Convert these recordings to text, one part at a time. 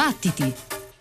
Battiti!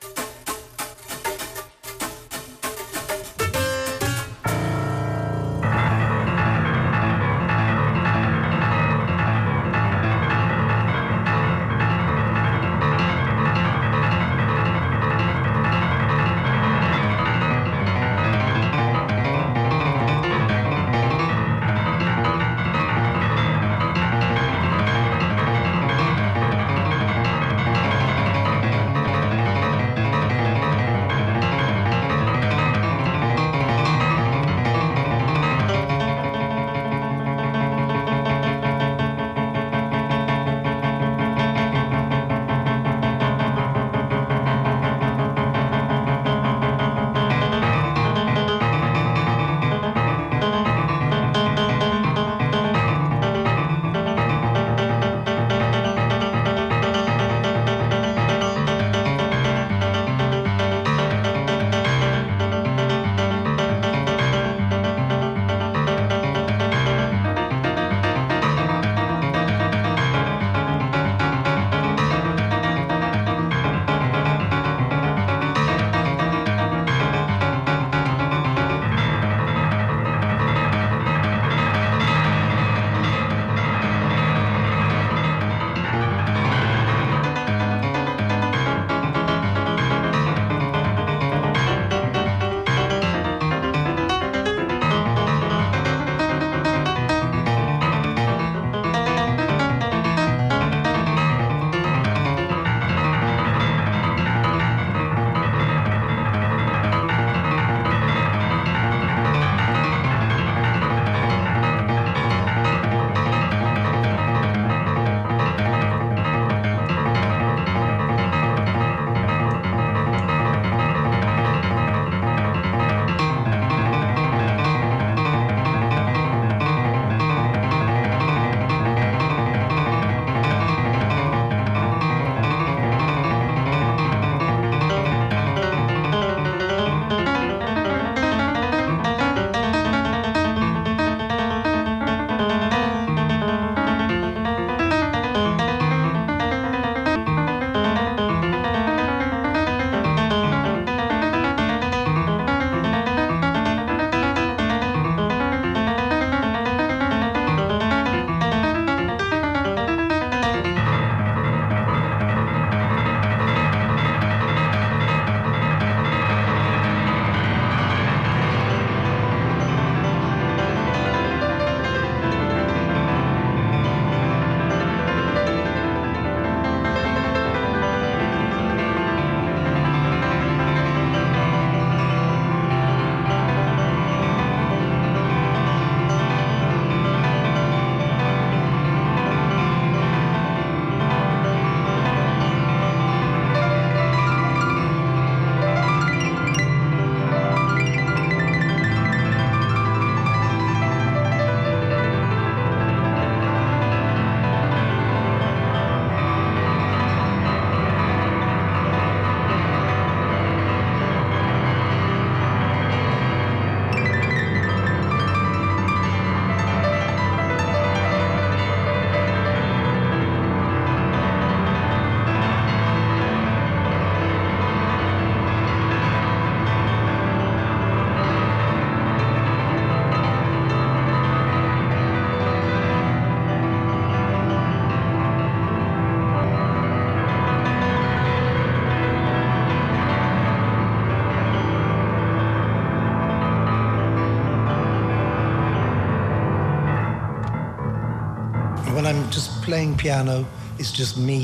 When I'm just playing piano, it's just me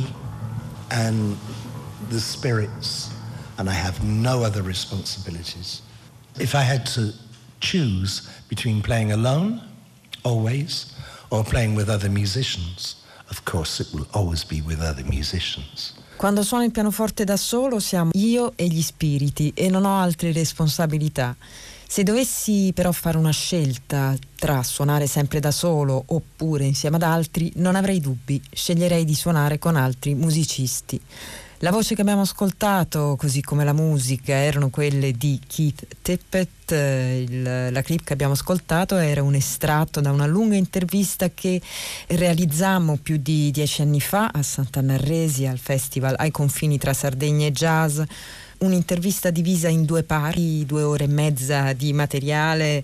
and the spirits, and I have no other responsibilities. If I had to choose between playing alone, always, or playing with other musicians, of course it will always be with other musicians. Quando suono il pianoforte da solo siamo io e gli spiriti e non ho altre responsabilità. Se dovessi però fare una scelta tra suonare sempre da solo oppure insieme ad altri, non avrei dubbi, sceglierei di suonare con altri musicisti. La voce che abbiamo ascoltato, così come la musica, erano quelle di Keith Tippett. La clip che abbiamo ascoltato era un estratto da una lunga intervista che realizzammo più di 10 anni fa a Sant'Annarresi al festival Ai confini tra Sardegna e Jazz. Un'intervista divisa in due parti, 2 ore e mezza di materiale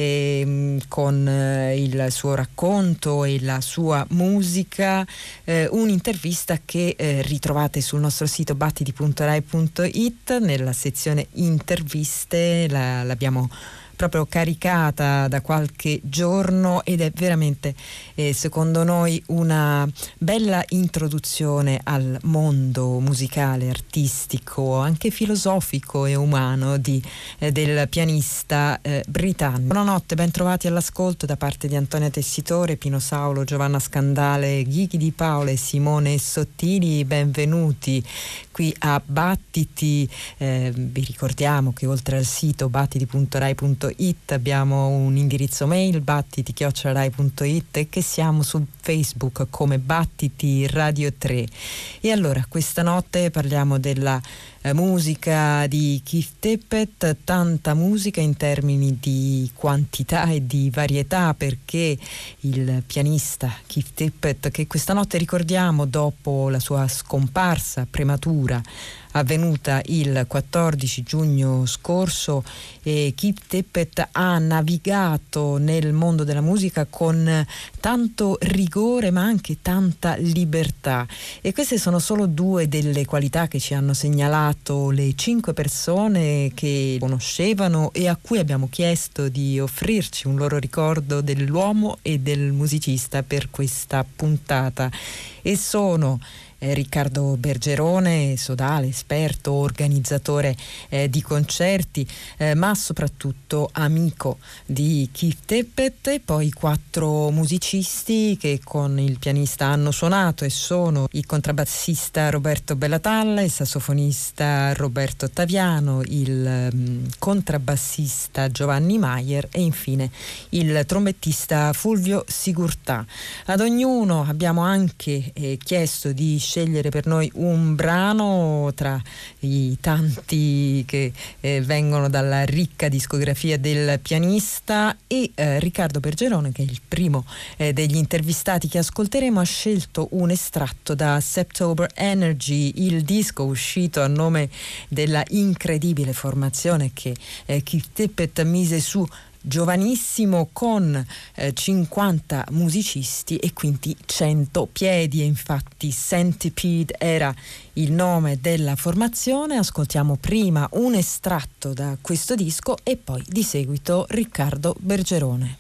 con il suo racconto e la sua musica, un'intervista che ritrovate sul nostro sito battiti.rai.it nella sezione interviste. L'abbiamo proprio caricata da qualche giorno ed è veramente secondo noi una bella introduzione al mondo musicale, artistico, anche filosofico e umano del pianista britannico. Buonanotte, ben trovati all'ascolto da parte di Antonia Tessitore, Pino Saulo, Giovanna Scandale, Ghighi Di Paola e Simone Sottili. Benvenuti qui a Battiti. Vi ricordiamo che oltre al sito battiti.rai.it abbiamo un indirizzo mail battiti@rai.it e che siamo su Facebook come Battiti Radio 3. E allora questa notte parliamo della musica di Keith Tippett, tanta musica in termini di quantità e di varietà, perché il pianista Keith Tippett, che questa notte ricordiamo dopo la sua scomparsa prematura avvenuta il 14 giugno scorso, Keith Tippett ha navigato nel mondo della musica con tanto rigore ma anche tanta libertà, e queste sono solo 2 delle qualità che ci hanno segnalato le 5 persone che conoscevano e a cui abbiamo chiesto di offrirci un loro ricordo dell'uomo e del musicista per questa puntata, e sono Riccardo Bergerone, sodale, esperto, organizzatore di concerti, ma soprattutto amico di Keith Tippett, e poi 4 musicisti che con il pianista hanno suonato, e sono il contrabbassista Roberto Bellatalla, il sassofonista Roberto Ottaviano, il contrabbassista Giovanni Maier e infine il trombettista Fulvio Sigurtà. Ad ognuno abbiamo anche chiesto di scegliere per noi un brano tra i tanti che vengono dalla ricca discografia del pianista, e Riccardo Bergerone, che è il primo degli intervistati che ascolteremo, ha scelto un estratto da September Energy, il disco uscito a nome della incredibile formazione che Keith Tippett mise su giovanissimo, con 50 musicisti e quindi 100 piedi, e infatti Centipede era il nome della formazione. Ascoltiamo prima un estratto da questo disco e poi di seguito Riccardo Bergerone.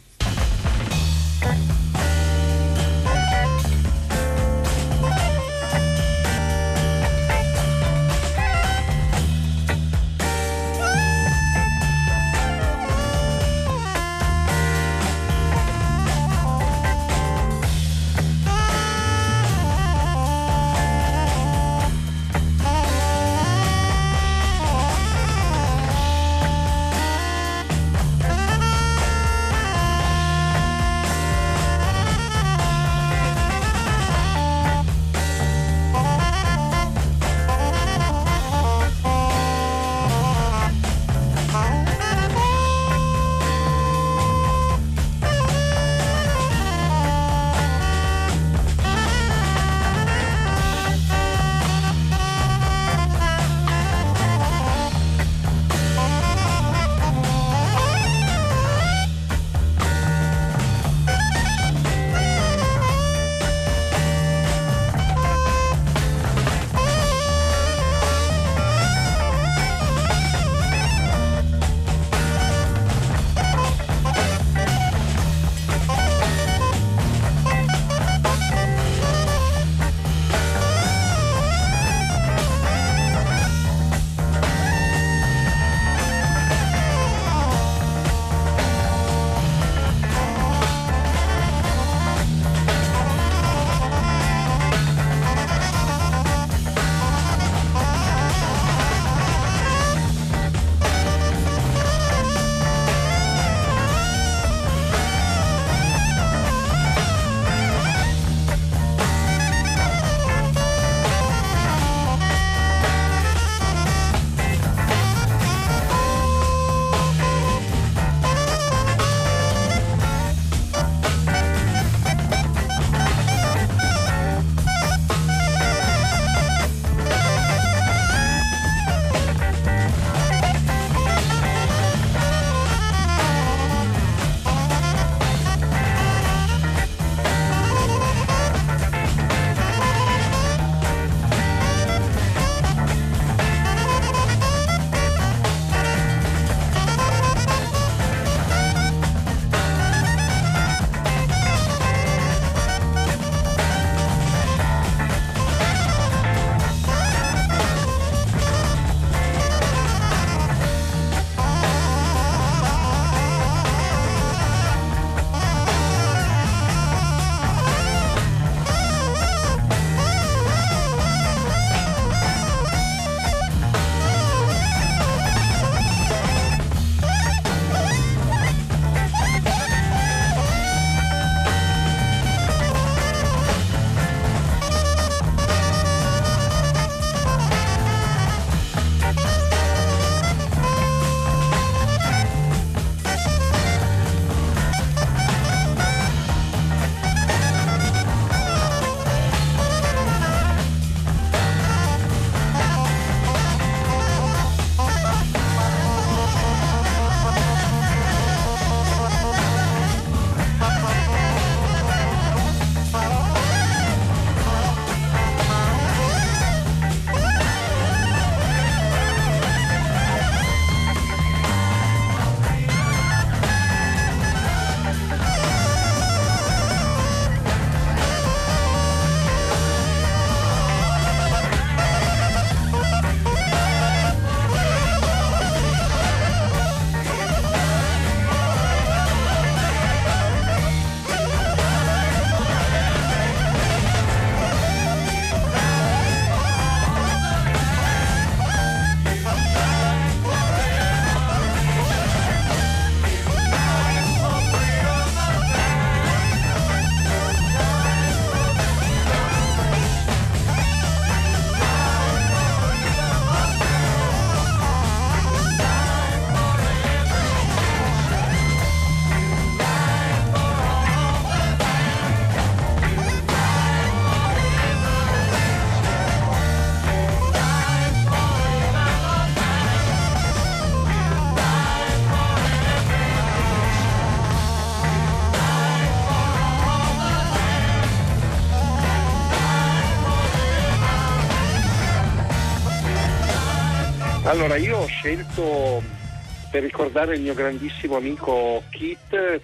Allora, io ho scelto, per ricordare il mio grandissimo amico Keith,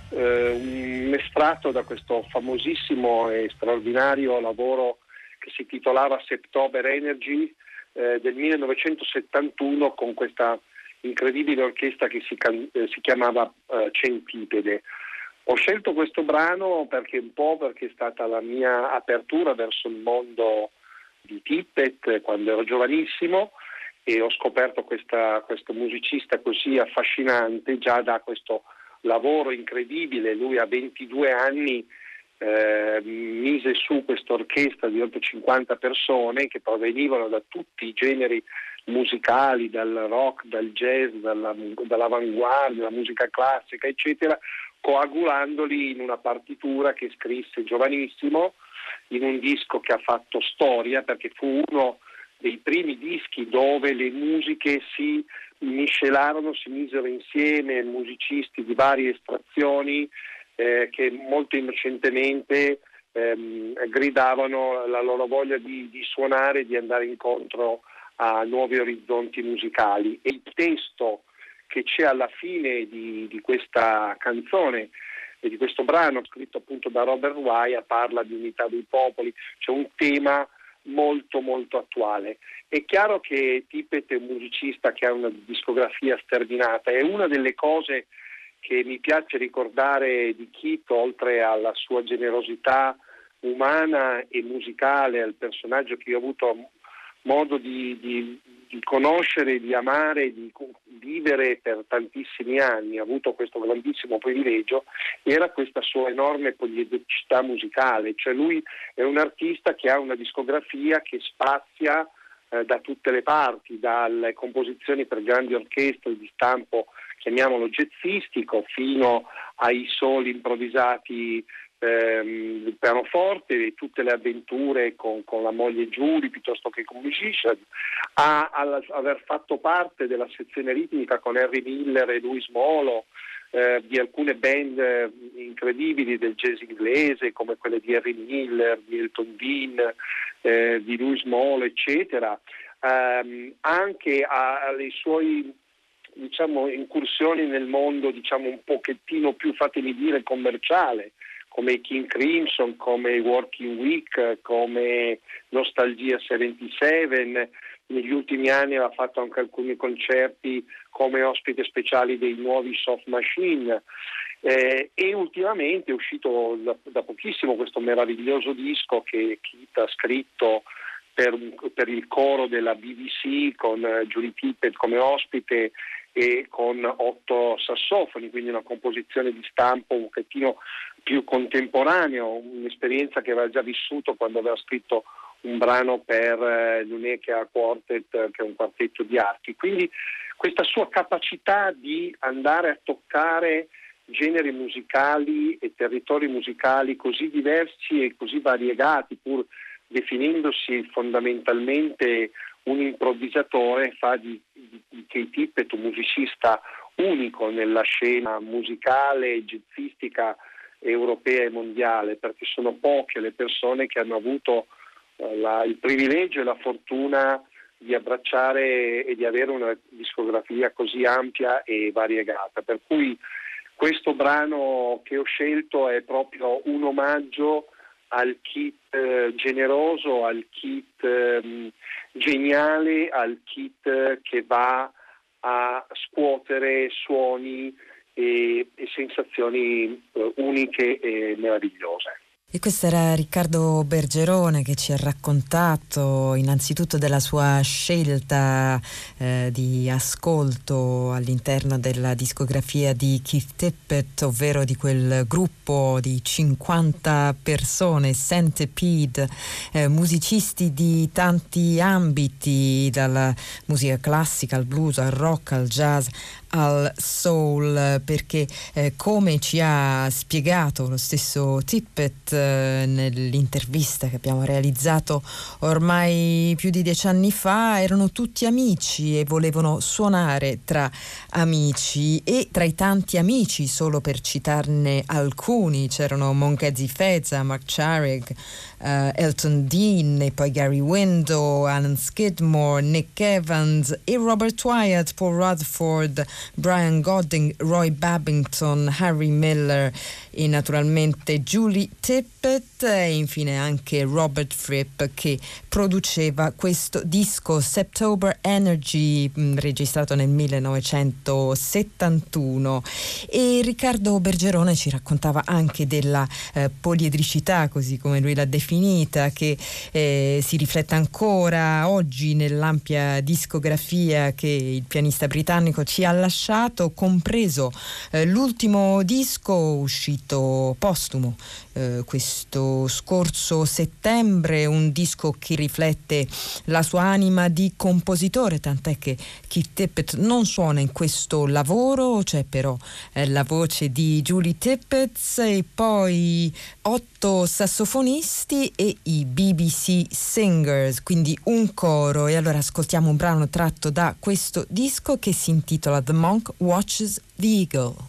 un estratto da questo famosissimo e straordinario lavoro che si titolava September Energy del 1971, con questa incredibile orchestra che si chiamava Centipede. Ho scelto questo brano perché è stata la mia apertura verso il mondo di Tippett quando ero giovanissimo, e ho scoperto questo musicista così affascinante già da questo lavoro incredibile. Lui a 22 anni mise su questa orchestra di oltre 50 persone che provenivano da tutti i generi musicali, dal rock, dal jazz, dall'avanguardia, dalla musica classica, eccetera, coagulandoli in una partitura che scrisse giovanissimo, in un disco che ha fatto storia, perché fu uno dei primi dischi dove le musiche si miscelarono, si misero insieme, musicisti di varie estrazioni che molto innocentemente gridavano la loro voglia di suonare, di andare incontro a nuovi orizzonti musicali. E il testo che c'è alla fine di questa canzone e di questo brano, scritto appunto da Robert Wyatt, parla di unità dei popoli, c'è un tema molto molto attuale. È chiaro che Tippett è un musicista che ha una discografia sterminata, e una delle cose che mi piace ricordare di Keith, oltre alla sua generosità umana e musicale, al personaggio che io ho avuto modo di conoscere, di amare, di vivere per tantissimi anni, ha avuto questo grandissimo privilegio, era questa sua enorme poliedricità musicale. Cioè lui è un artista che ha una discografia che spazia da tutte le parti, dalle composizioni per grandi orchestre di stampo, chiamiamolo jazzistico, fino ai soli improvvisati il pianoforte e tutte le avventure con la moglie Julie piuttosto che con musician, aver fatto parte della sezione ritmica con Harry Miller e Louis Molo, di alcune band incredibili del jazz inglese come quelle di Harry Miller, di Elton Dean, di Louis Molo, eccetera, anche alle suoi incursioni nel mondo un pochettino più, fatemi dire, commerciale, come i King Crimson, come i Working Week, come Nostalgia 77. Negli ultimi anni aveva fatto anche alcuni concerti come ospite speciali dei nuovi Soft Machine, e ultimamente è uscito da pochissimo questo meraviglioso disco che Keith ha scritto per il coro della BBC, con Julie Tippett come ospite e con 8 sassofoni, quindi una composizione di stampo un pochettino più contemporaneo, un'esperienza che aveva già vissuto quando aveva scritto un brano per l'Uneka Quartet, che è un quartetto di archi. Quindi questa sua capacità di andare a toccare generi musicali e territori musicali così diversi e così variegati, pur definendosi fondamentalmente un improvvisatore, fa di Keith Tippett un musicista unico nella scena musicale e jazzistica europea e mondiale, perché sono poche le persone che hanno avuto il privilegio e la fortuna di abbracciare e di avere una discografia così ampia e variegata. Per cui questo brano che ho scelto è proprio un omaggio al Keith generoso, al Keith geniale, al Keith che va a scuotere suoni e sensazioni uniche e meravigliose. E questo era Riccardo Bergerone che ci ha raccontato innanzitutto della sua scelta di ascolto all'interno della discografia di Keith Tippett, ovvero di quel gruppo di 50 persone, Centipede, musicisti di tanti ambiti, dalla musica classica al blues, al rock, al jazz, al soul, perché come ci ha spiegato lo stesso Tippett nell'intervista che abbiamo realizzato ormai più di 10 anni fa, erano tutti amici e volevano suonare tra amici, e tra i tanti amici, solo per citarne alcuni, c'erano Monkezi Feza, Mark Charig, Elton Dean, e poi Gary Window, Alan Skidmore, Nick Evans e Robert Wyatt, Paul Rutherford, Brian Godding, Roy Babington, Harry Miller e naturalmente Julie Tippett, e infine anche Robert Fripp, che produceva questo disco September Energy, registrato nel 1971. E Riccardo Bergerone ci raccontava anche della poliedricità, così come lui l'ha definita, che si riflette ancora oggi nell'ampia discografia che il pianista britannico ci ha lasciato, compreso l'ultimo disco uscito postumo questo scorso settembre, un disco che riflette la sua anima di compositore, tant'è che Keith Tippett non suona in questo lavoro, c'è però la voce di Julie Tippett e poi 8 sassofonisti e i BBC Singers, quindi un coro. E allora ascoltiamo un brano tratto da questo disco che si intitola The Monk Watches the Eagle.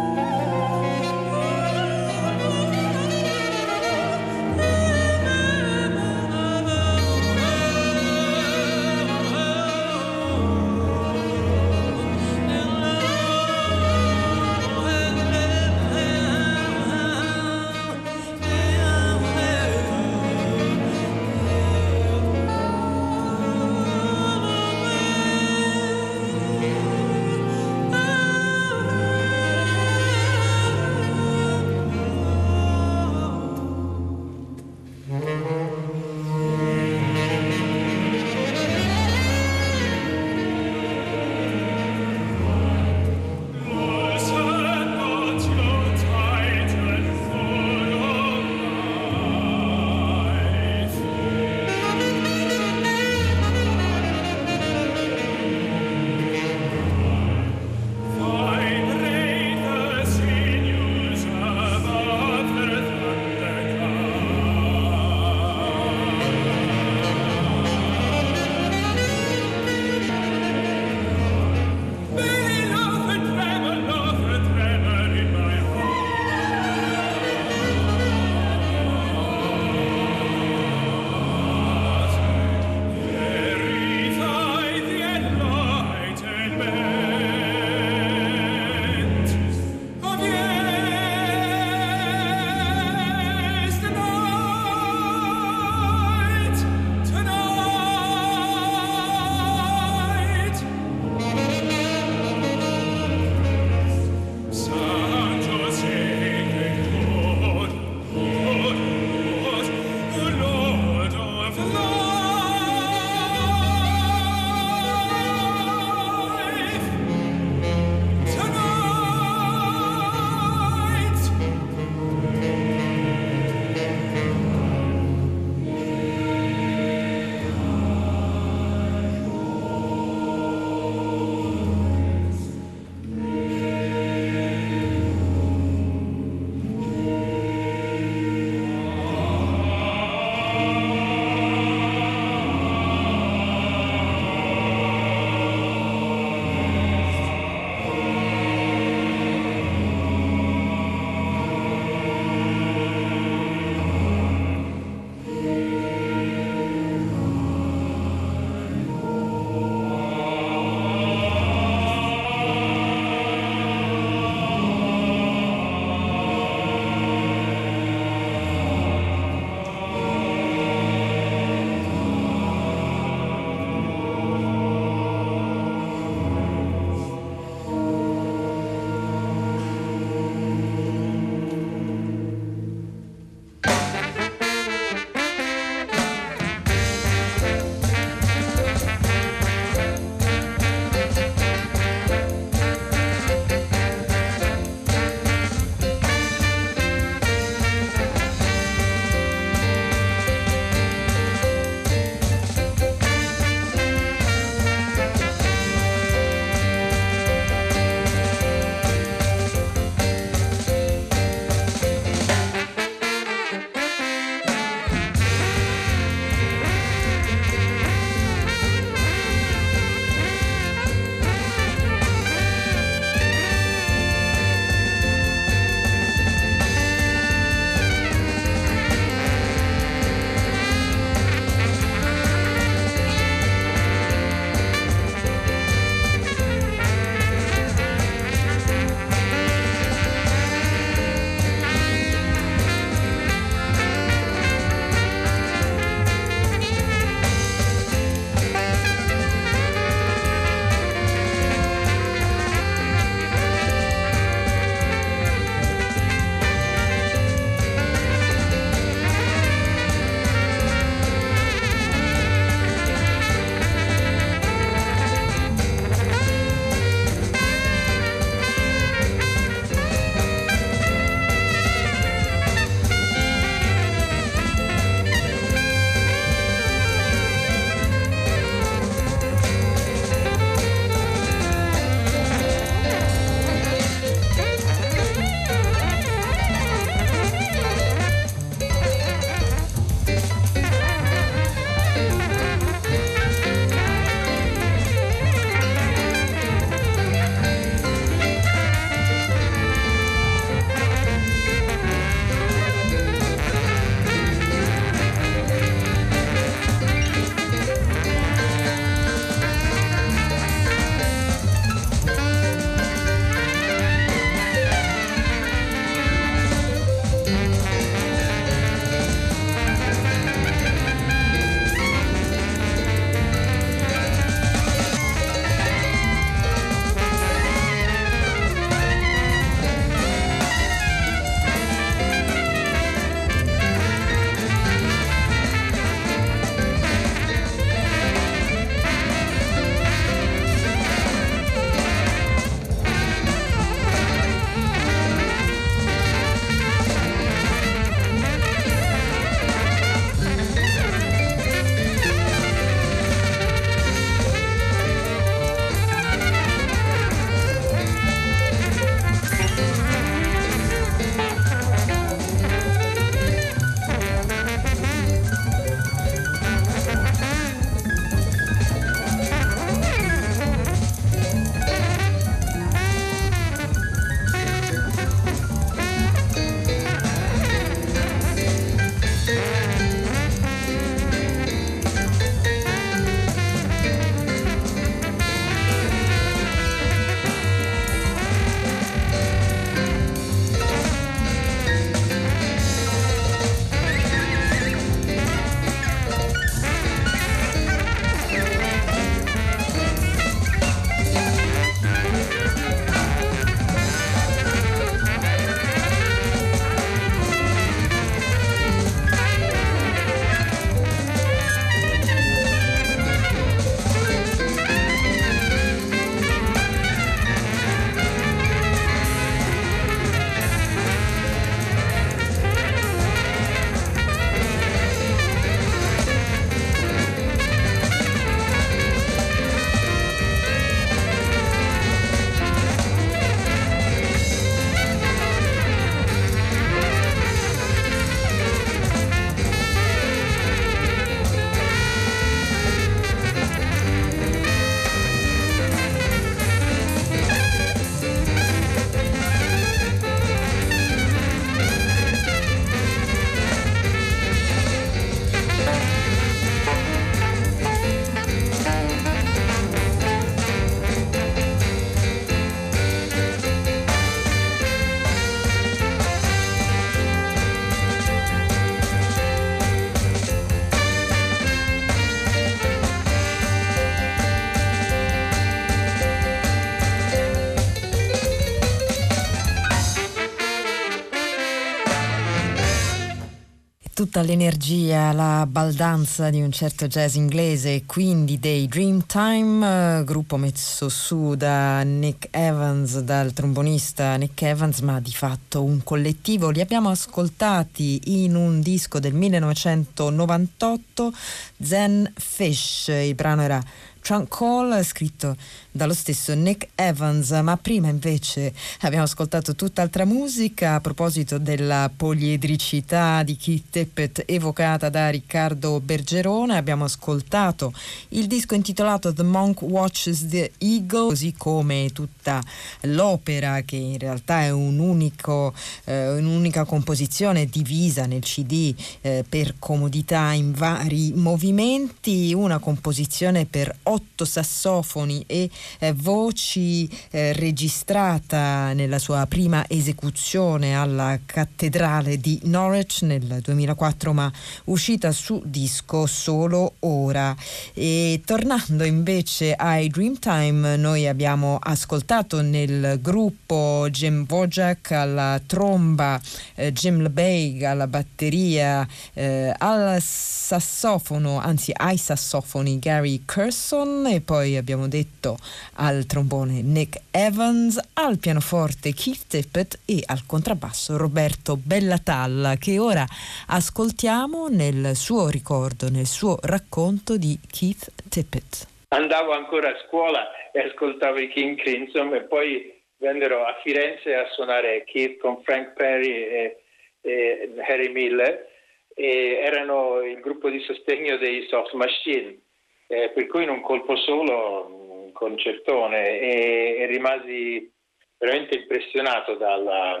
Tutta l'energia, la baldanza di un certo jazz inglese, quindi dei Dreamtime, gruppo messo su da Nick Evans, dal trombonista Nick Evans, ma di fatto un collettivo. Li abbiamo ascoltati in un disco del 1998, Zen Fish. Il brano era Trunk Call, scritto dallo stesso Nick Evans, ma prima invece abbiamo ascoltato tutt'altra musica a proposito della poliedricità di Keith Tippett evocata da Riccardo Bergerone. Abbiamo ascoltato il disco intitolato The Monk Watches the Eagle, così come tutta l'opera, che in realtà è un'unica composizione divisa nel CD per comodità in vari movimenti, una composizione per 8 sassofoni e voci, registrata nella sua prima esecuzione alla Cattedrale di Norwich nel 2004, ma uscita su disco solo ora. E tornando invece ai Dreamtime, noi abbiamo ascoltato nel gruppo Jim Wojak alla tromba, Jim LeBeig alla batteria, al sassofono, anzi ai sassofoni Gary Curson, e poi abbiamo detto al trombone Nick Evans, al pianoforte Keith Tippett e al contrabbasso Roberto Bellatalla, che ora ascoltiamo nel suo ricordo, nel suo racconto di Keith Tippett. Andavo ancora a scuola e ascoltavo i King Crimson, e poi vennero a Firenze a suonare Keith con Frank Perry e Harry Miller, e erano il gruppo di sostegno dei Soft Machine, per cui in un colpo solo un concertone, e rimasi veramente impressionato da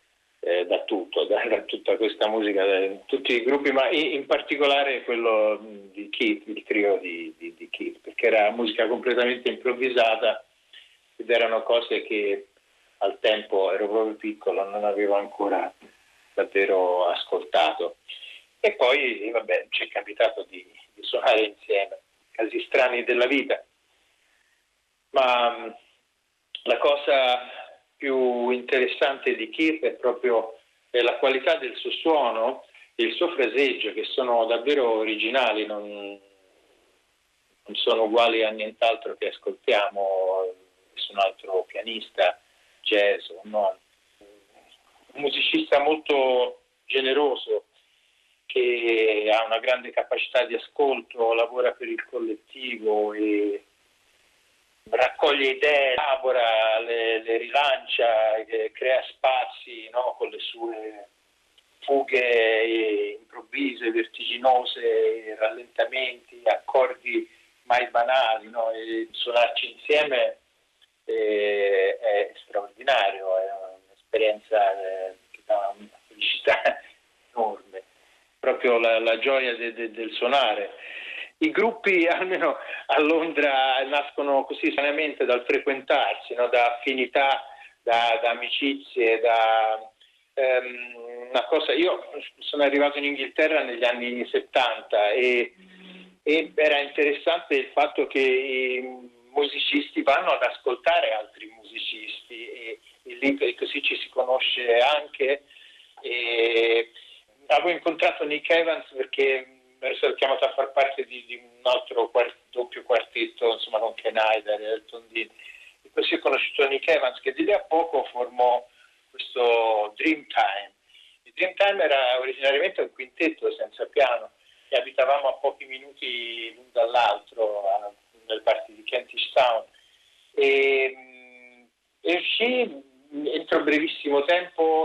tutta questa musica, da tutti i gruppi, ma in particolare quello di Keith, il trio di Keith, perché era musica completamente improvvisata ed erano cose che al tempo, ero proprio piccolo, non avevo ancora davvero ascoltato. E poi vabbè, ci è capitato di suonare insieme, casi strani della vita, ma la cosa più interessante di Keith è proprio la qualità del suo suono e il suo fraseggio, che sono davvero originali, non sono uguali a nient'altro che ascoltiamo, nessun altro pianista jazz o non. Un musicista molto generoso, che ha una grande capacità di ascolto, lavora per il collettivo e raccoglie idee, elabora, le rilancia, crea spazi, no? Con le sue fughe improvvise, vertiginose, rallentamenti, accordi mai banali, no? E suonarci insieme è straordinario, è un'esperienza che dà una felicità enorme, proprio la gioia del suonare. I gruppi, almeno a Londra, nascono così sanamente dal frequentarsi, no? Da affinità, da amicizie, una cosa. Io sono arrivato in Inghilterra negli anni 70 e era interessante il fatto che i musicisti vanno ad ascoltare altri musicisti e lì così ci si conosce anche. Avevo incontrato Nick Evans perché ero stato chiamato a far parte di un altro doppio quartetto, insomma, con Ken Hyder e Elton Dean, e così ho conosciuto Nick Evans, che di lì a poco formò questo Dreamtime. Il Dreamtime era originariamente un quintetto senza piano e abitavamo a pochi minuti l'un dall'altro nelle parti di Kentish Town, e uscì entro brevissimo tempo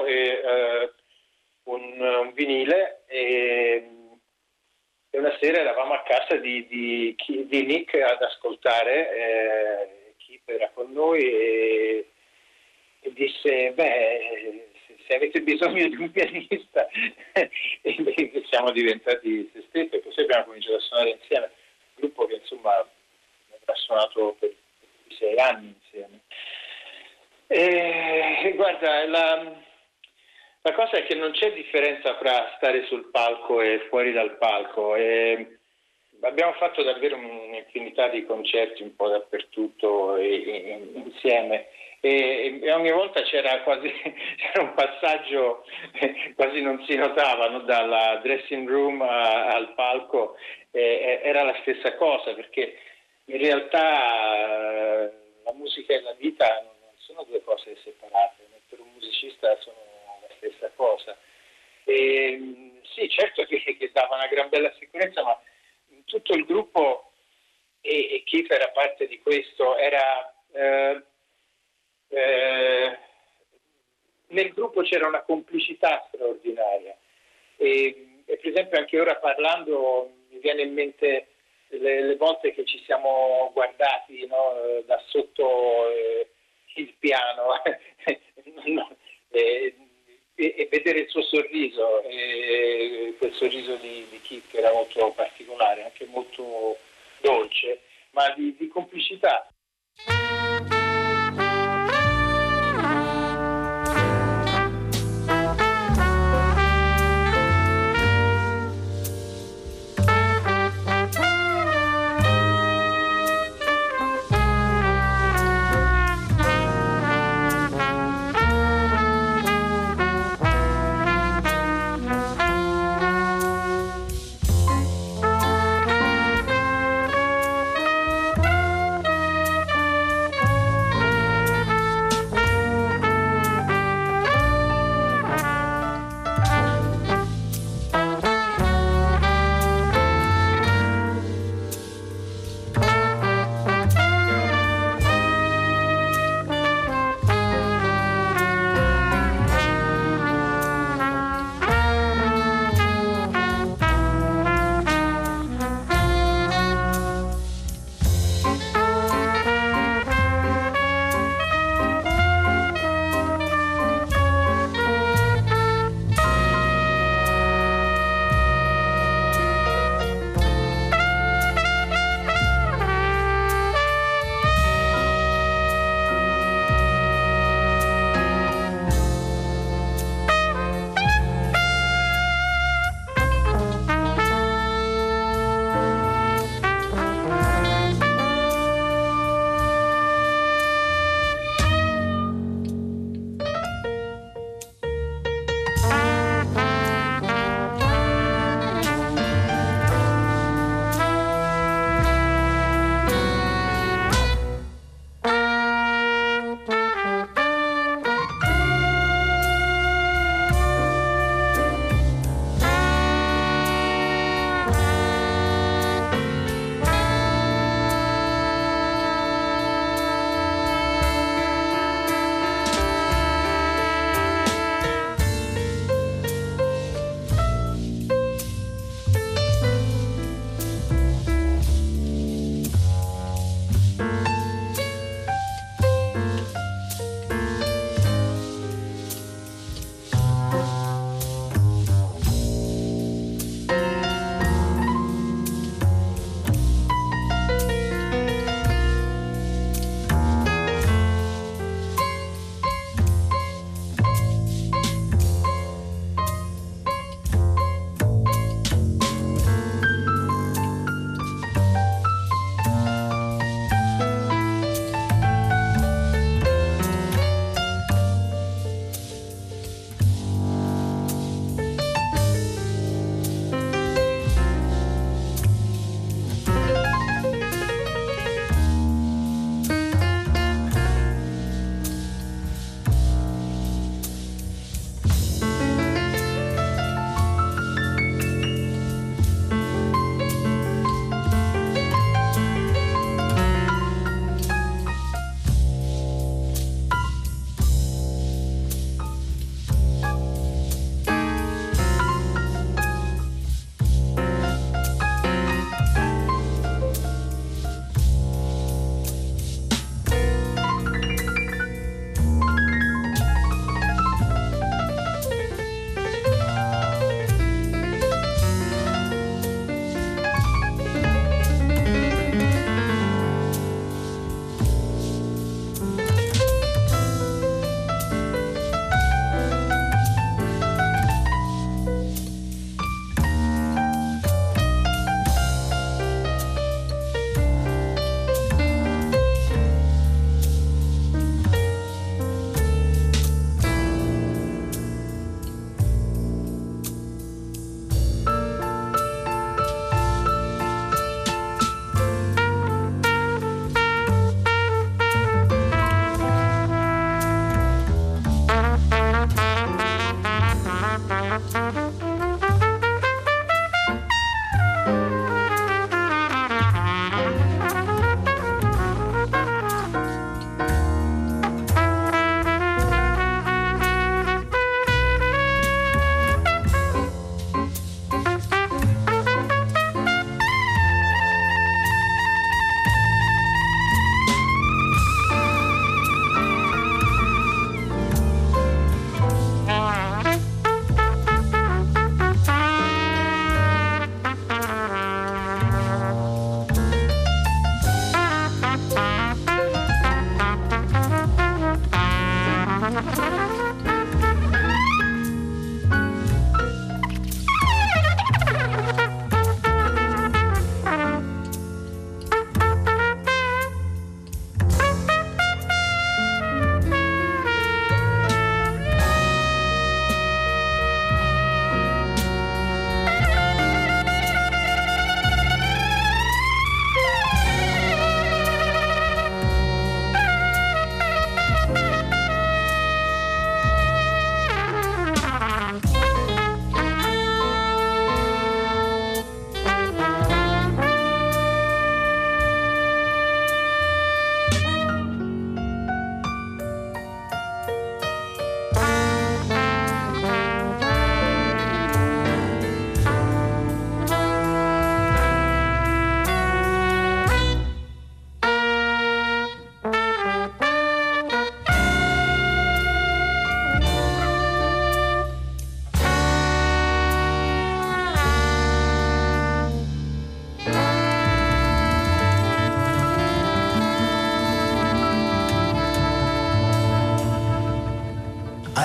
un vinile, e una sera eravamo a casa di Nick ad ascoltare, Keith era con noi e disse: se avete bisogno di un pianista, e siamo diventati se stessi, e così abbiamo cominciato a suonare insieme, un gruppo che insomma ha suonato per 6 anni insieme. E guarda, la cosa è che non c'è differenza fra stare sul palco e fuori dal palco. Abbiamo fatto davvero un'infinità di concerti un po' dappertutto insieme, e ogni volta c'era un passaggio, quasi non si notava, no? Dalla dressing room al palco, era la stessa cosa, perché in realtà la musica e la vita non sono due cose separate, per un musicista sono la stessa cosa. Sì, certo che dava una gran bella sicurezza, ma in tutto il gruppo, e Keith era parte di questo, nel gruppo c'era una complicità straordinaria, e per esempio anche ora parlando mi viene in mente le volte che ci siamo guardati, no, da sotto il piano e vedere il suo sorriso, quel sorriso di Keith che era molto particolare, anche molto dolce, ma di complicità.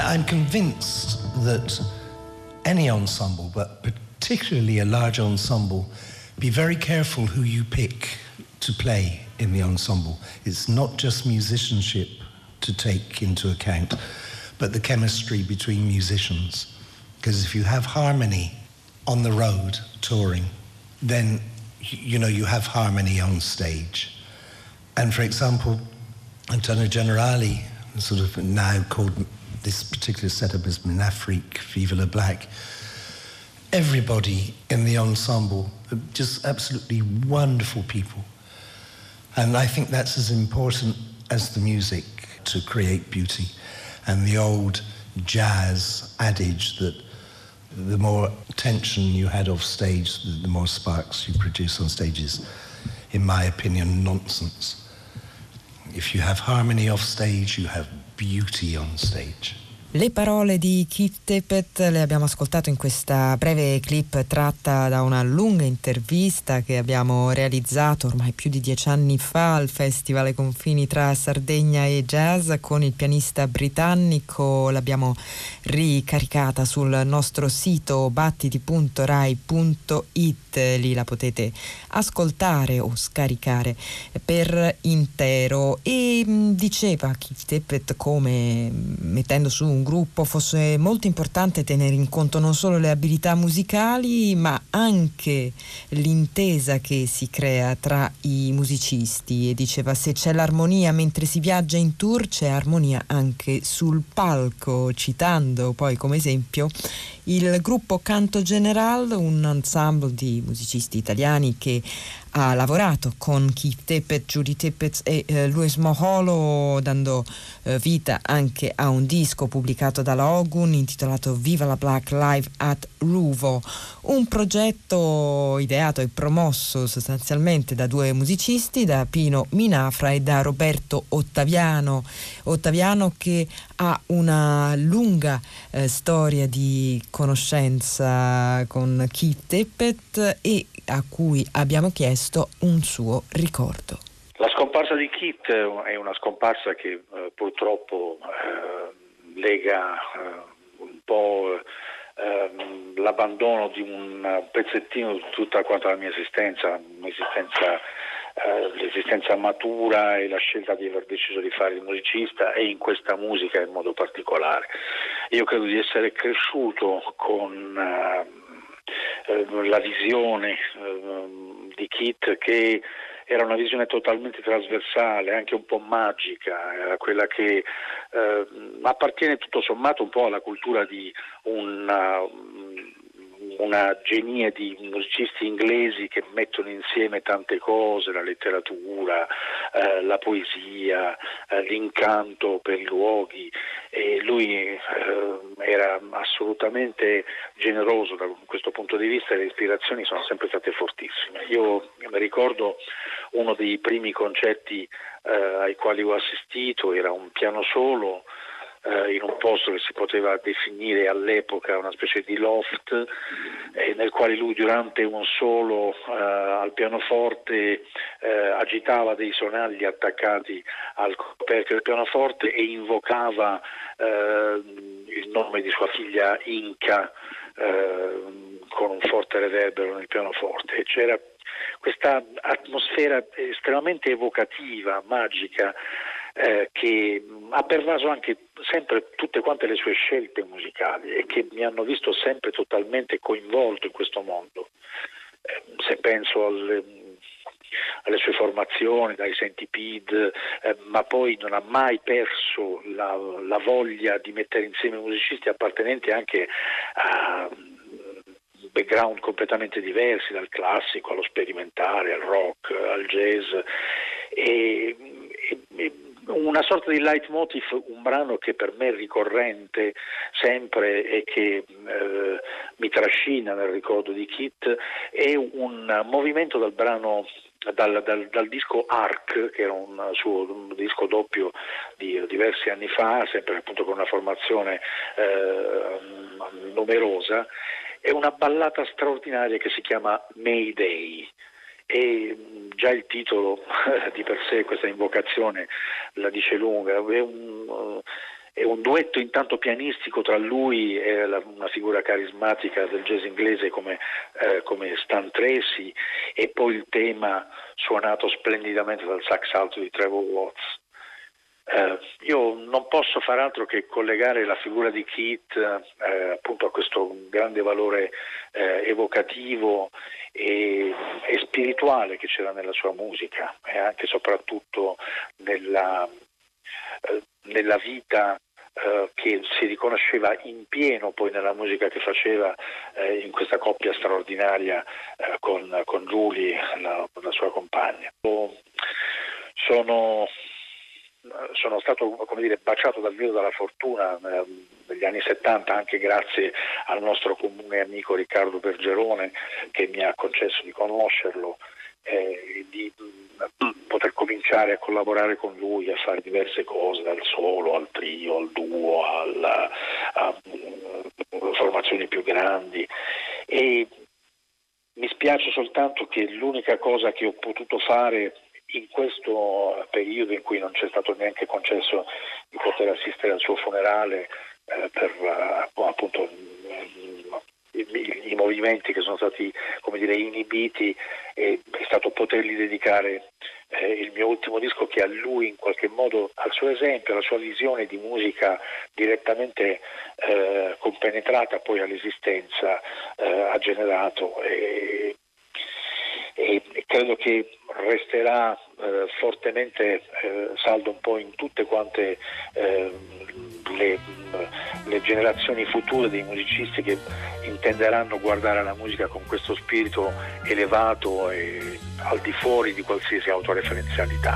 I'm convinced that any ensemble, but particularly a large ensemble, be very careful who you pick to play in the ensemble. It's not just musicianship to take into account, but the chemistry between musicians. Because if you have harmony on the road touring, then you have harmony on stage. And for example, Antonio Generali, sort of now called this particular setup as Minafrique, Viva la Black, everybody in the ensemble are just absolutely wonderful people. And I think that's as important as the music to create beauty. And the old jazz adage that the more tension you had off stage, the more sparks you produce on stage is, in my opinion, nonsense. If you have harmony off stage, you have beauty on stage. Le parole di Keith Tippett le abbiamo ascoltate in questa breve clip tratta da una lunga intervista che abbiamo realizzato ormai più di 10 anni fa al Festival ai confini tra Sardegna e Jazz con il pianista britannico. L'abbiamo ricaricata sul nostro sito battiti.rai.it, lì la potete ascoltare o scaricare per intero. E diceva Keith Tippett come, mettendo su un gruppo, fosse molto importante tenere in conto non solo le abilità musicali ma anche l'intesa che si crea tra i musicisti, e diceva: se c'è l'armonia mentre si viaggia in tour, c'è armonia anche sul palco, citando poi come esempio il gruppo Canto General, un ensemble di musicisti italiani che ha lavorato con Keith Tippett, Judy Tippett e Luis Moholo, dando vita anche a un disco pubblicato dalla Ogun intitolato Viva la Black Live at Ruvo, un progetto ideato e promosso sostanzialmente da due musicisti, da Pino Minafra e da Roberto Ottaviano che ha una lunga storia di conoscenza con Keith Tippett e a cui abbiamo chiesto un suo ricordo. La scomparsa di Keith è una scomparsa che purtroppo lega un po' l'abbandono di un pezzettino di tutta quanta la mia esistenza, l'esistenza matura e la scelta di aver deciso di fare il musicista, e in questa musica in modo particolare. Io credo di essere cresciuto con la visione di Keith, che era una visione totalmente trasversale, anche un po' magica, era quella che appartiene tutto sommato un po' alla cultura di una genia di musicisti inglesi che mettono insieme tante cose, la letteratura, la poesia, l'incanto per i luoghi, e lui era assolutamente generoso da questo punto di vista, e le ispirazioni sono sempre state fortissime. Io mi ricordo uno dei primi concerti ai quali ho assistito, era un piano solo in un posto che si poteva definire all'epoca una specie di loft, nel quale lui durante un solo al pianoforte agitava dei sonagli attaccati al coperchio del pianoforte e invocava il nome di sua figlia Inca con un forte reverbero nel pianoforte. E c'era questa atmosfera estremamente evocativa, magica, che ha pervaso anche sempre tutte quante le sue scelte musicali e che mi hanno visto sempre totalmente coinvolto in questo mondo. Se penso alle sue formazioni, dai Centipede, ma poi non ha mai perso la voglia di mettere insieme musicisti appartenenti anche a background completamente diversi, dal classico allo sperimentale, al rock, al jazz, e una sorta di leitmotiv, un brano che per me è ricorrente sempre e che mi trascina nel ricordo di Keith, è un movimento dal brano dal disco Arc, che era un suo disco doppio di diversi anni fa, sempre appunto con una formazione numerosa. È una ballata straordinaria che si chiama Mayday, e già il titolo di per sé, questa invocazione, la dice lunga. e un duetto intanto pianistico tra lui e una figura carismatica del jazz inglese come Stan Tracy, e poi il tema suonato splendidamente dal sax alto di Trevor Watts. Io non posso far altro che collegare la figura di Keith appunto a questo grande valore evocativo e spirituale che c'era nella sua musica, e anche e soprattutto nella vita che si riconosceva in pieno poi nella musica che faceva in questa coppia straordinaria con Julie, la sua compagna. Sono stato, come dire, baciato dal vivo dalla fortuna negli anni 70, anche grazie al nostro comune amico Riccardo Bergerone, che mi ha concesso di conoscerlo e di poter cominciare a collaborare con lui, a fare diverse cose, dal solo al trio, al duo, a formazioni più grandi. E mi spiace soltanto che l'unica cosa che ho potuto fare in questo periodo, in cui non c'è stato neanche concesso di poter assistere al suo funerale per appunto i movimenti che sono stati, come dire, inibiti, è stato potergli dedicare il mio ultimo disco, che a lui, in qualche modo, al suo esempio, alla sua visione di musica direttamente compenetrata poi all'esistenza, ha generato, e credo che resterà fortemente saldo un po' in tutte quante le generazioni future dei musicisti che intenderanno guardare alla musica con questo spirito elevato e al di fuori di qualsiasi autoreferenzialità.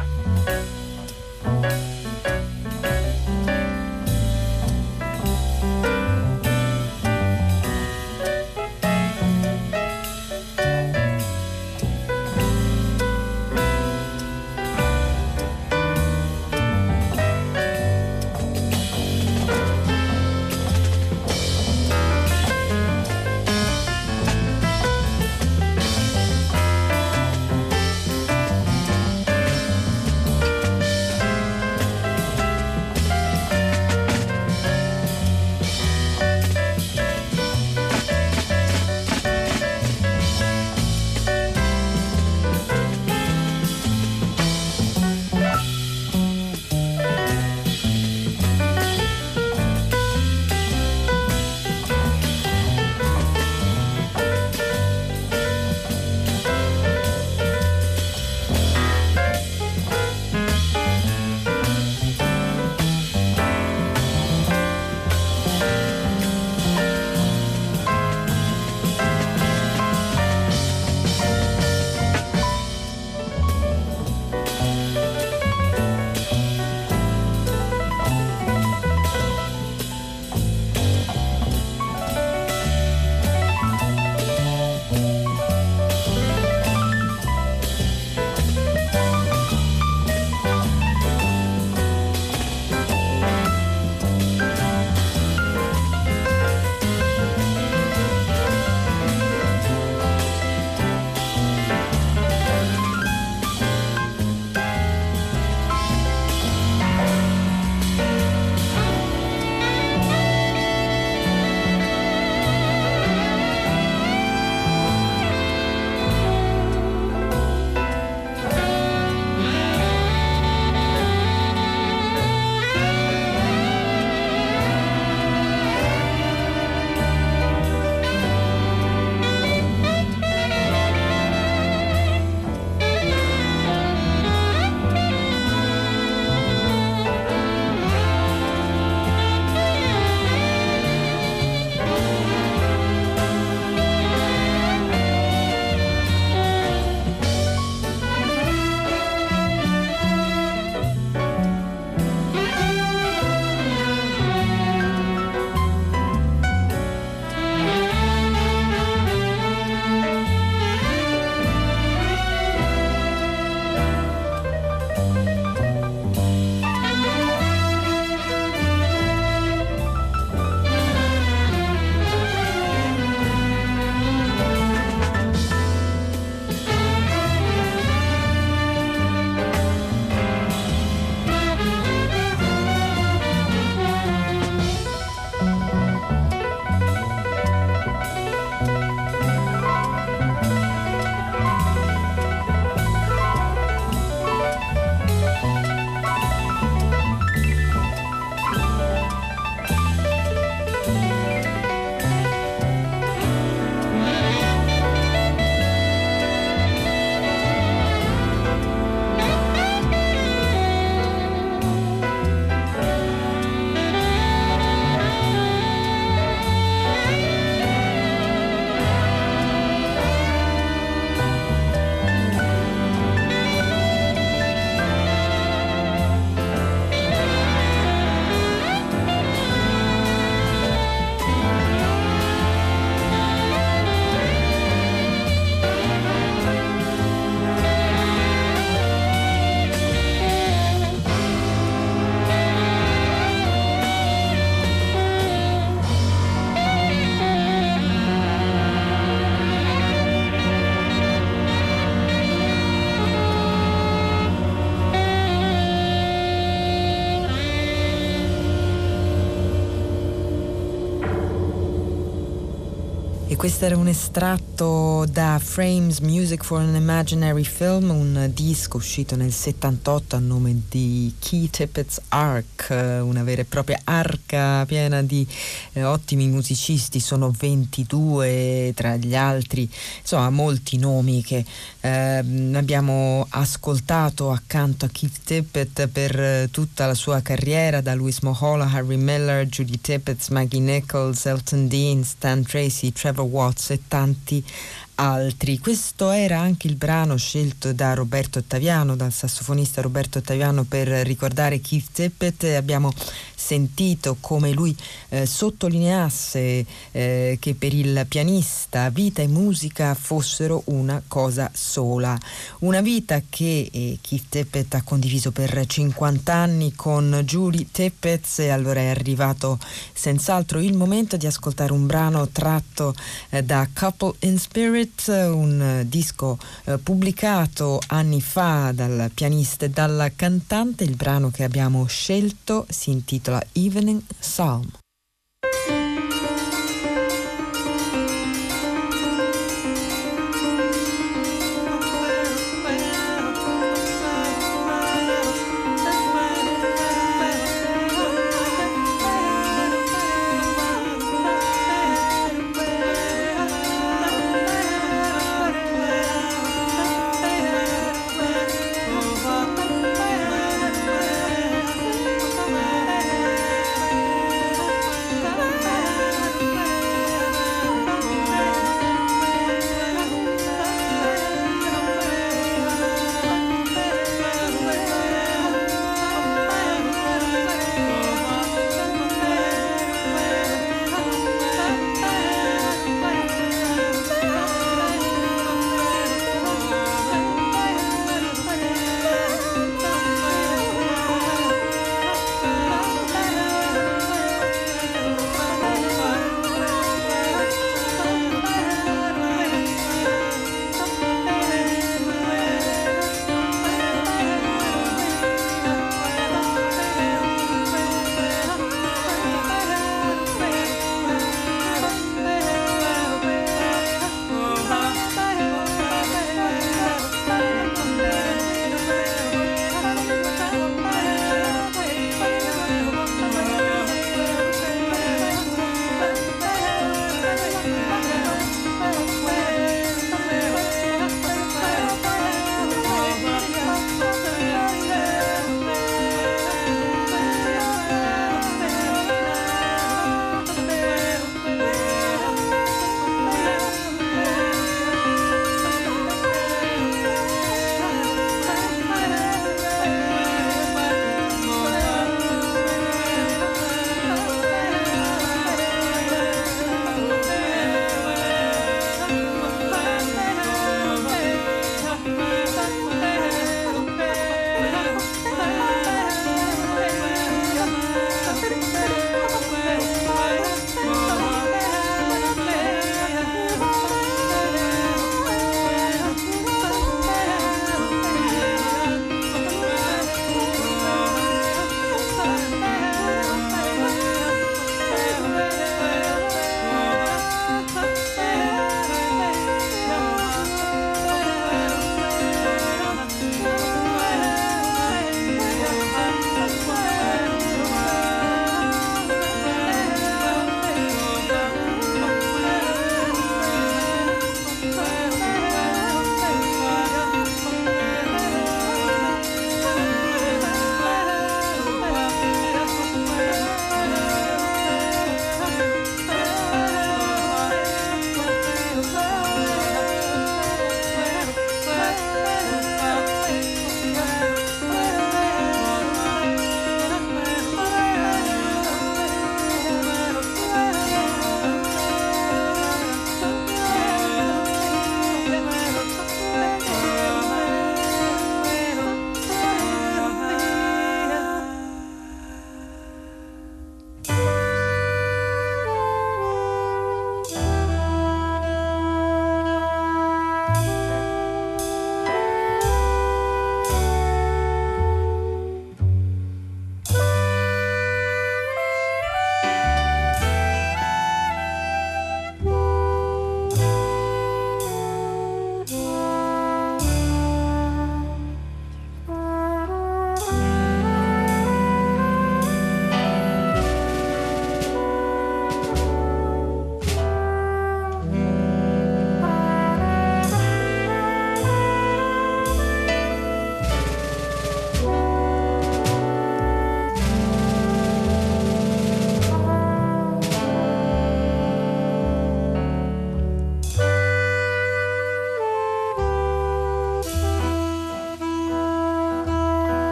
E questo era un estratto da Frames Music for an Imaginary Film, un disco uscito nel 78 a nome di Keith Tippett's Ark, una vera e propria arca piena di ottimi musicisti. Sono 22 tra gli altri, insomma molti nomi che abbiamo ascoltato accanto a Keith Tippett per tutta la sua carriera, da Louis Mulholland, Harry Miller, Judy Tippett, Maggie Nichols, Elton Dean, Stan Tracy, Trevor Watts e tanti altri. Questo era anche il brano scelto da Roberto Ottaviano, dal sassofonista Roberto Ottaviano, per ricordare Keith Tippett. Abbiamo sentito come lui sottolineasse che per il pianista vita e musica fossero una cosa sola, una vita che Keith Tippett ha condiviso per 50 anni con Judy Tippett. E allora è arrivato senz'altro il momento di ascoltare un brano tratto da Couple in Spirit, un disco pubblicato anni fa dal pianista e dal cantante. Il brano che abbiamo scelto si intitola Evening Psalm.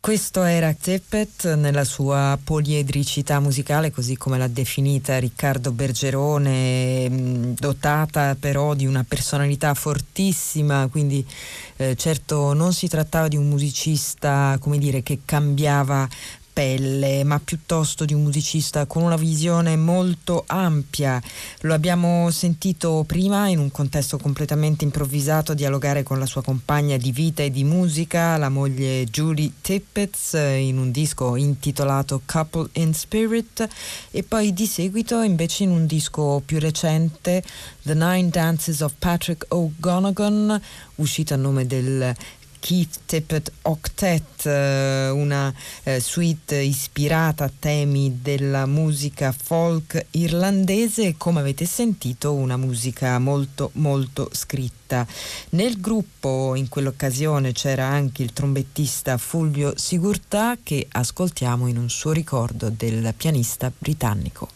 Questo era Tippett nella sua poliedricità musicale, così come l'ha definita Riccardo Bergerone, dotata però di una personalità fortissima, quindi certo non si trattava di un musicista, come dire, che cambiava pelle, ma piuttosto di un musicista con una visione molto ampia. Lo abbiamo sentito prima in un contesto completamente improvvisato dialogare con la sua compagna di vita e di musica, la moglie Julie Tippett, in un disco intitolato Couple in Spirit, e poi di seguito invece in un disco più recente, The Nine Dances of Patrick O'Gonagon, uscito a nome del Keith Tippett Octet, una suite ispirata a temi della musica folk irlandese, come avete sentito una musica molto molto scritta. Nel gruppo in quell'occasione c'era anche il trombettista Fulvio Sigurtà, che ascoltiamo in un suo ricordo del pianista britannico.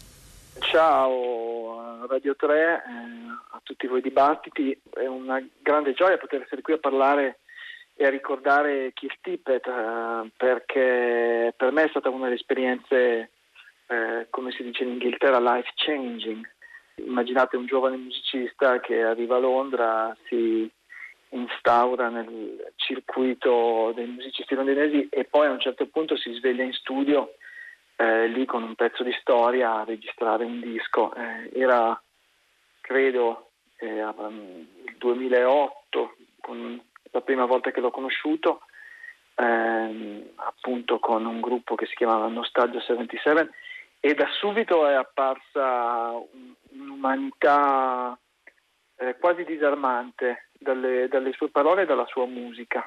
Ciao Radio 3, a tutti voi dibattiti, è una grande gioia poter essere qui a parlare e a ricordare Keith Tippett, perché per me è stata una delle esperienze, come si dice in Inghilterra, life changing. Immaginate un giovane musicista che arriva a Londra, si instaura nel circuito dei musicisti londinesi e poi a un certo punto si sveglia in studio lì con un pezzo di storia a registrare un disco. Era, credo, il 2008, con la prima volta che l'ho conosciuto, appunto con un gruppo che si chiamava Nostalgia 77, e da subito è apparsa un'umanità quasi disarmante dalle sue parole e dalla sua musica,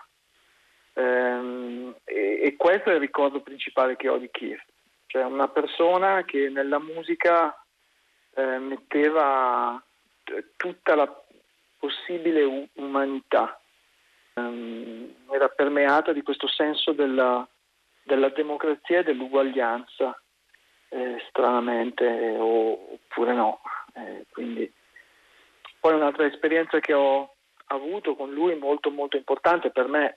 e questo è il ricordo principale che ho di Keith, cioè una persona che nella musica metteva tutta la possibile umanità. Era permeata di questo senso della democrazia e dell'uguaglianza, stranamente, oppure no. Quindi poi un'altra esperienza che ho avuto con lui molto molto importante per me,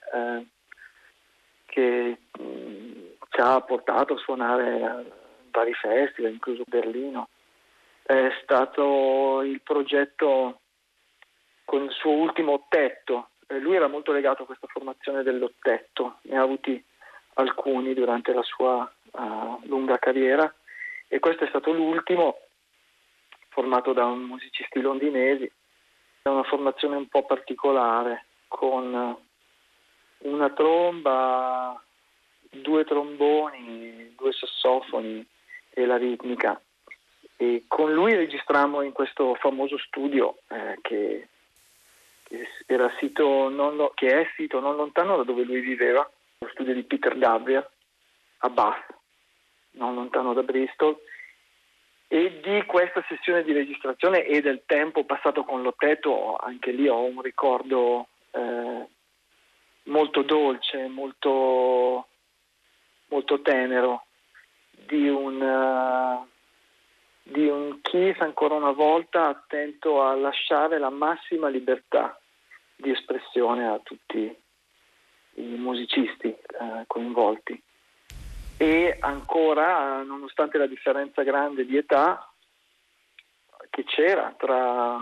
che ci ha portato a suonare a vari festival, incluso Berlino, è stato il progetto con il suo ultimo Ottetto. Lui era molto legato a questa formazione dell'Ottetto, ne ha avuti alcuni durante la sua lunga carriera, e questo è stato l'ultimo, formato da musicisti londinesi. È una formazione un po' particolare, con una tromba, 2 tromboni, 2 sassofoni e la ritmica. E con lui registrammo in questo famoso studio che è sito non lontano da dove lui viveva, lo studio di Peter Gabriel a Bath, non lontano da Bristol. E di questa sessione di registrazione e del tempo passato con l'Ottetto, anche lì ho un ricordo molto dolce, molto, molto tenero, di un Keith ancora una volta attento a lasciare la massima libertà di espressione a tutti i musicisti coinvolti. E ancora, nonostante la differenza grande di età che c'era tra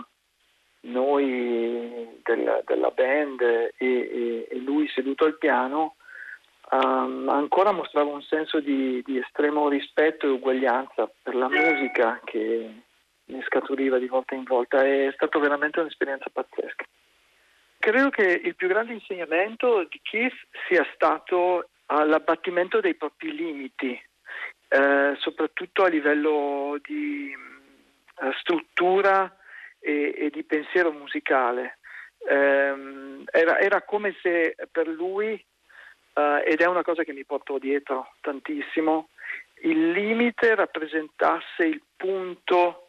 noi della band e lui seduto al piano, ancora mostrava un senso di estremo rispetto e uguaglianza per la musica che ne scaturiva di volta in volta. È stato veramente un'esperienza pazzesca. Credo che il più grande insegnamento di Keith sia stato l'abbattimento dei propri limiti, soprattutto a livello di struttura e di pensiero musicale. Era come se per lui, ed è una cosa che mi porto dietro tantissimo, il limite rappresentasse il punto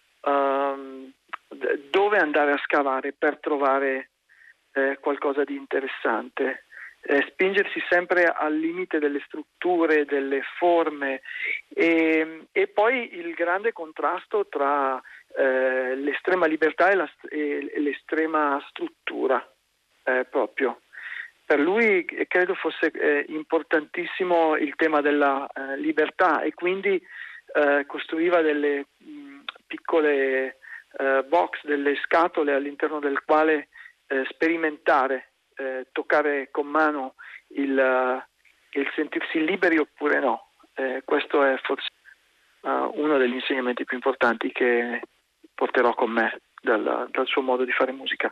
dove andare a scavare per trovare qualcosa di interessante. Spingersi sempre al limite delle strutture, delle forme, e poi il grande contrasto tra l'estrema libertà e l'estrema struttura proprio. per lui credo fosse importantissimo il tema della libertà, e quindi costruiva delle piccole box, delle scatole all'interno del quale sperimentare, toccare con mano il sentirsi liberi oppure no. Questo è forse uno degli insegnamenti più importanti che porterò con me dal suo modo di fare musica.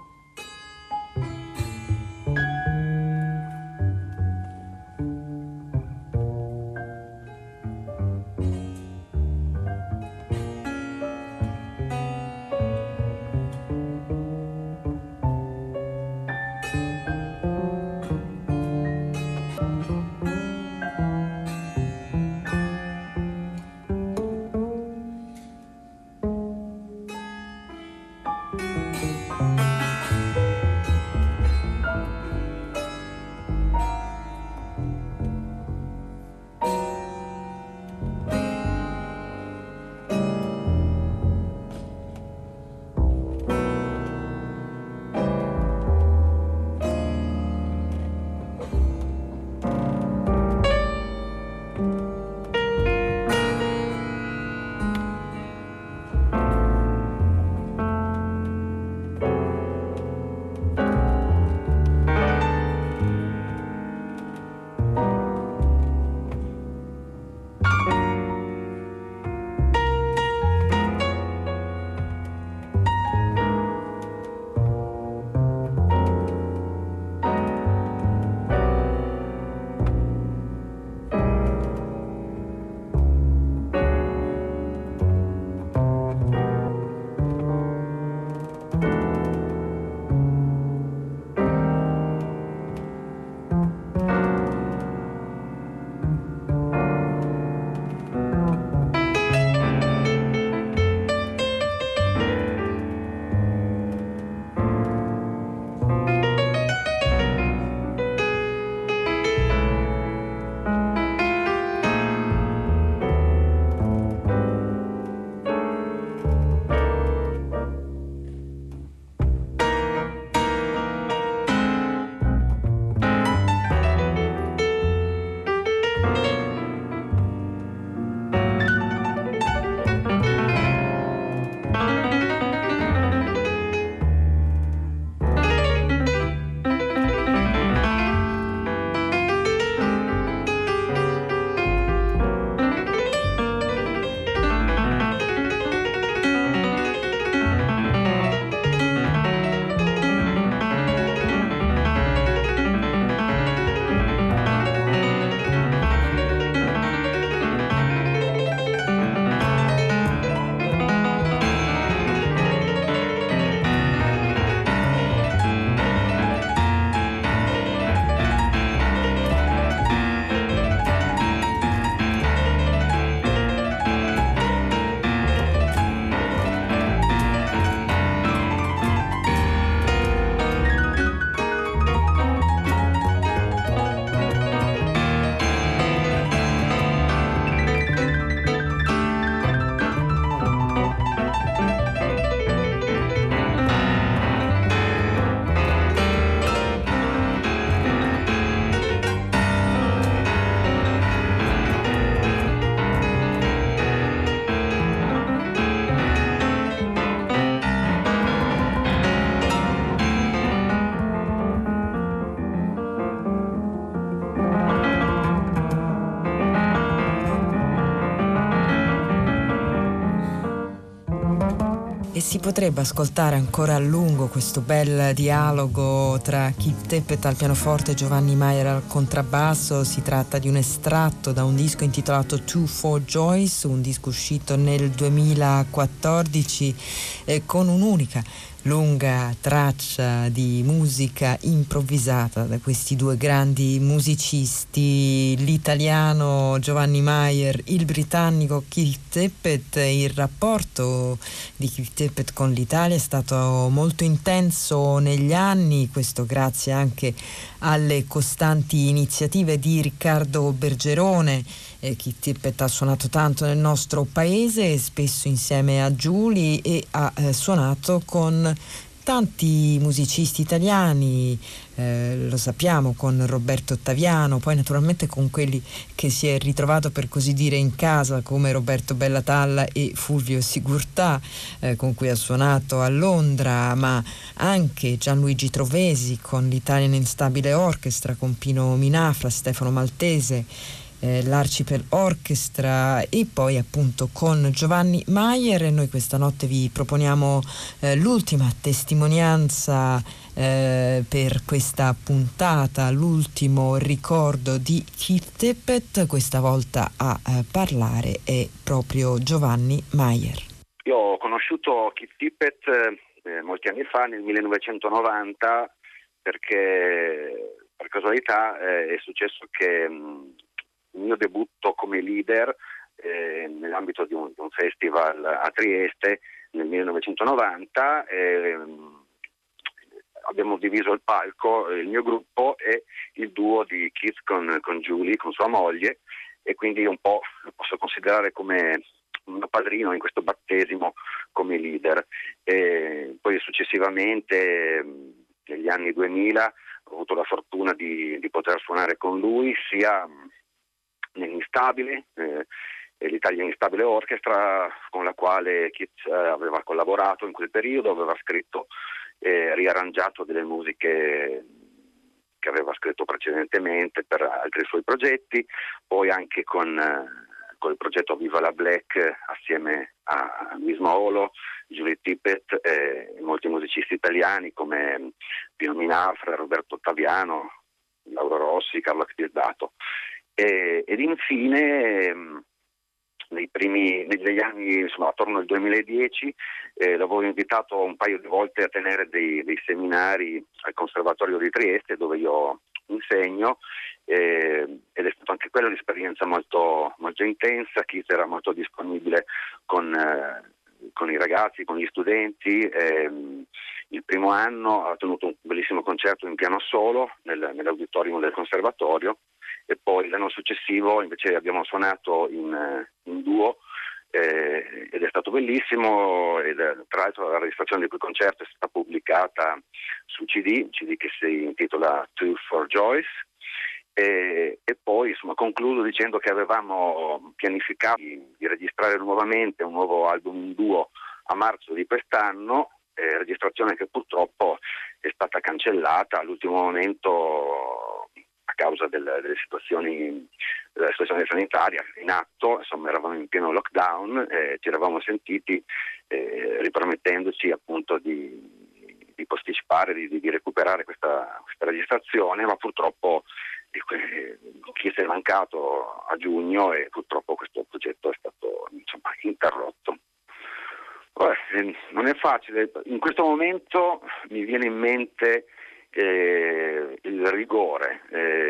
E si potrebbe ascoltare ancora a lungo questo bel dialogo tra Keith Tippett al pianoforte e Giovanni Maier al contrabbasso. Si tratta di un estratto da un disco intitolato Two for Joyce, un disco uscito nel 2014 con un'unica lunga traccia di musica improvvisata da questi due grandi musicisti, l'italiano Giovanni Maier, il britannico Keith Tippett. Il rapporto di Keith Tippett con l'Italia è stato molto intenso negli anni, questo grazie anche alle costanti iniziative di Riccardo Bergerone. Keith Tippett ha suonato tanto nel nostro paese, spesso insieme a Giuli, e ha suonato con tanti musicisti italiani, lo sappiamo, con Roberto Ottaviano, poi naturalmente con quelli che si è ritrovato per così dire in casa, come Roberto Bellatalla e Fulvio Sigurtà, con cui ha suonato a Londra, ma anche Gianluigi Trovesi con l'Italian Instabile Orchestra, con Pino Minafra, Stefano Maltese, l'Archipel Orchestra, e poi appunto con Giovanni Maier. E noi questa notte vi proponiamo l'ultima testimonianza per questa puntata, l'ultimo ricordo di Keith Tippett. Questa volta a parlare è proprio Giovanni Maier. Io ho conosciuto Keith Tippett molti anni fa, nel 1990, perché per casualità è successo che il mio debutto come leader nell'ambito di un festival a Trieste nel 1990, abbiamo diviso il palco, il mio gruppo e il duo di Keith con Julie, con sua moglie, e quindi un po' lo posso considerare come un padrino in questo battesimo come leader. E poi successivamente, negli anni 2000, ho avuto la fortuna di poter suonare con lui sia nell'Instabile, l'Italian Instabile Orchestra, con la quale Keith aveva collaborato in quel periodo, aveva scritto e riarrangiato delle musiche che aveva scritto precedentemente per altri suoi progetti, poi anche con il progetto Viva la Black assieme a Luis Maolo, Julie Tippett e molti musicisti italiani come Pino Minafra, Roberto Ottaviano, Lauro Rossi, Carlo Actildato. Ed infine negli anni, insomma, attorno al 2010, l'avevo invitato un paio di volte a tenere dei seminari al Conservatorio di Trieste, dove io insegno, ed è stata anche quella un'esperienza molto, molto intensa. Keith era molto disponibile con i ragazzi, con gli studenti. Il primo anno ha tenuto un bellissimo concerto in piano solo nell'auditorium del Conservatorio, e poi l'anno successivo invece abbiamo suonato in duo, ed è stato bellissimo. Tra l'altro la registrazione di quel concerto è stata pubblicata su CD che si intitola Two for Joyce, e poi insomma concludo dicendo che avevamo pianificato di registrare nuovamente un nuovo album in duo a marzo di quest'anno, registrazione che purtroppo è stata cancellata all'ultimo momento a causa della situazione sanitaria in atto. Insomma, eravamo in pieno lockdown, ci eravamo sentiti ripromettendoci appunto di posticipare, di recuperare questa registrazione, ma purtroppo chi si è mancato a giugno, e purtroppo questo progetto è stato interrotto. Non è facile. In questo momento mi viene in mente il rigore.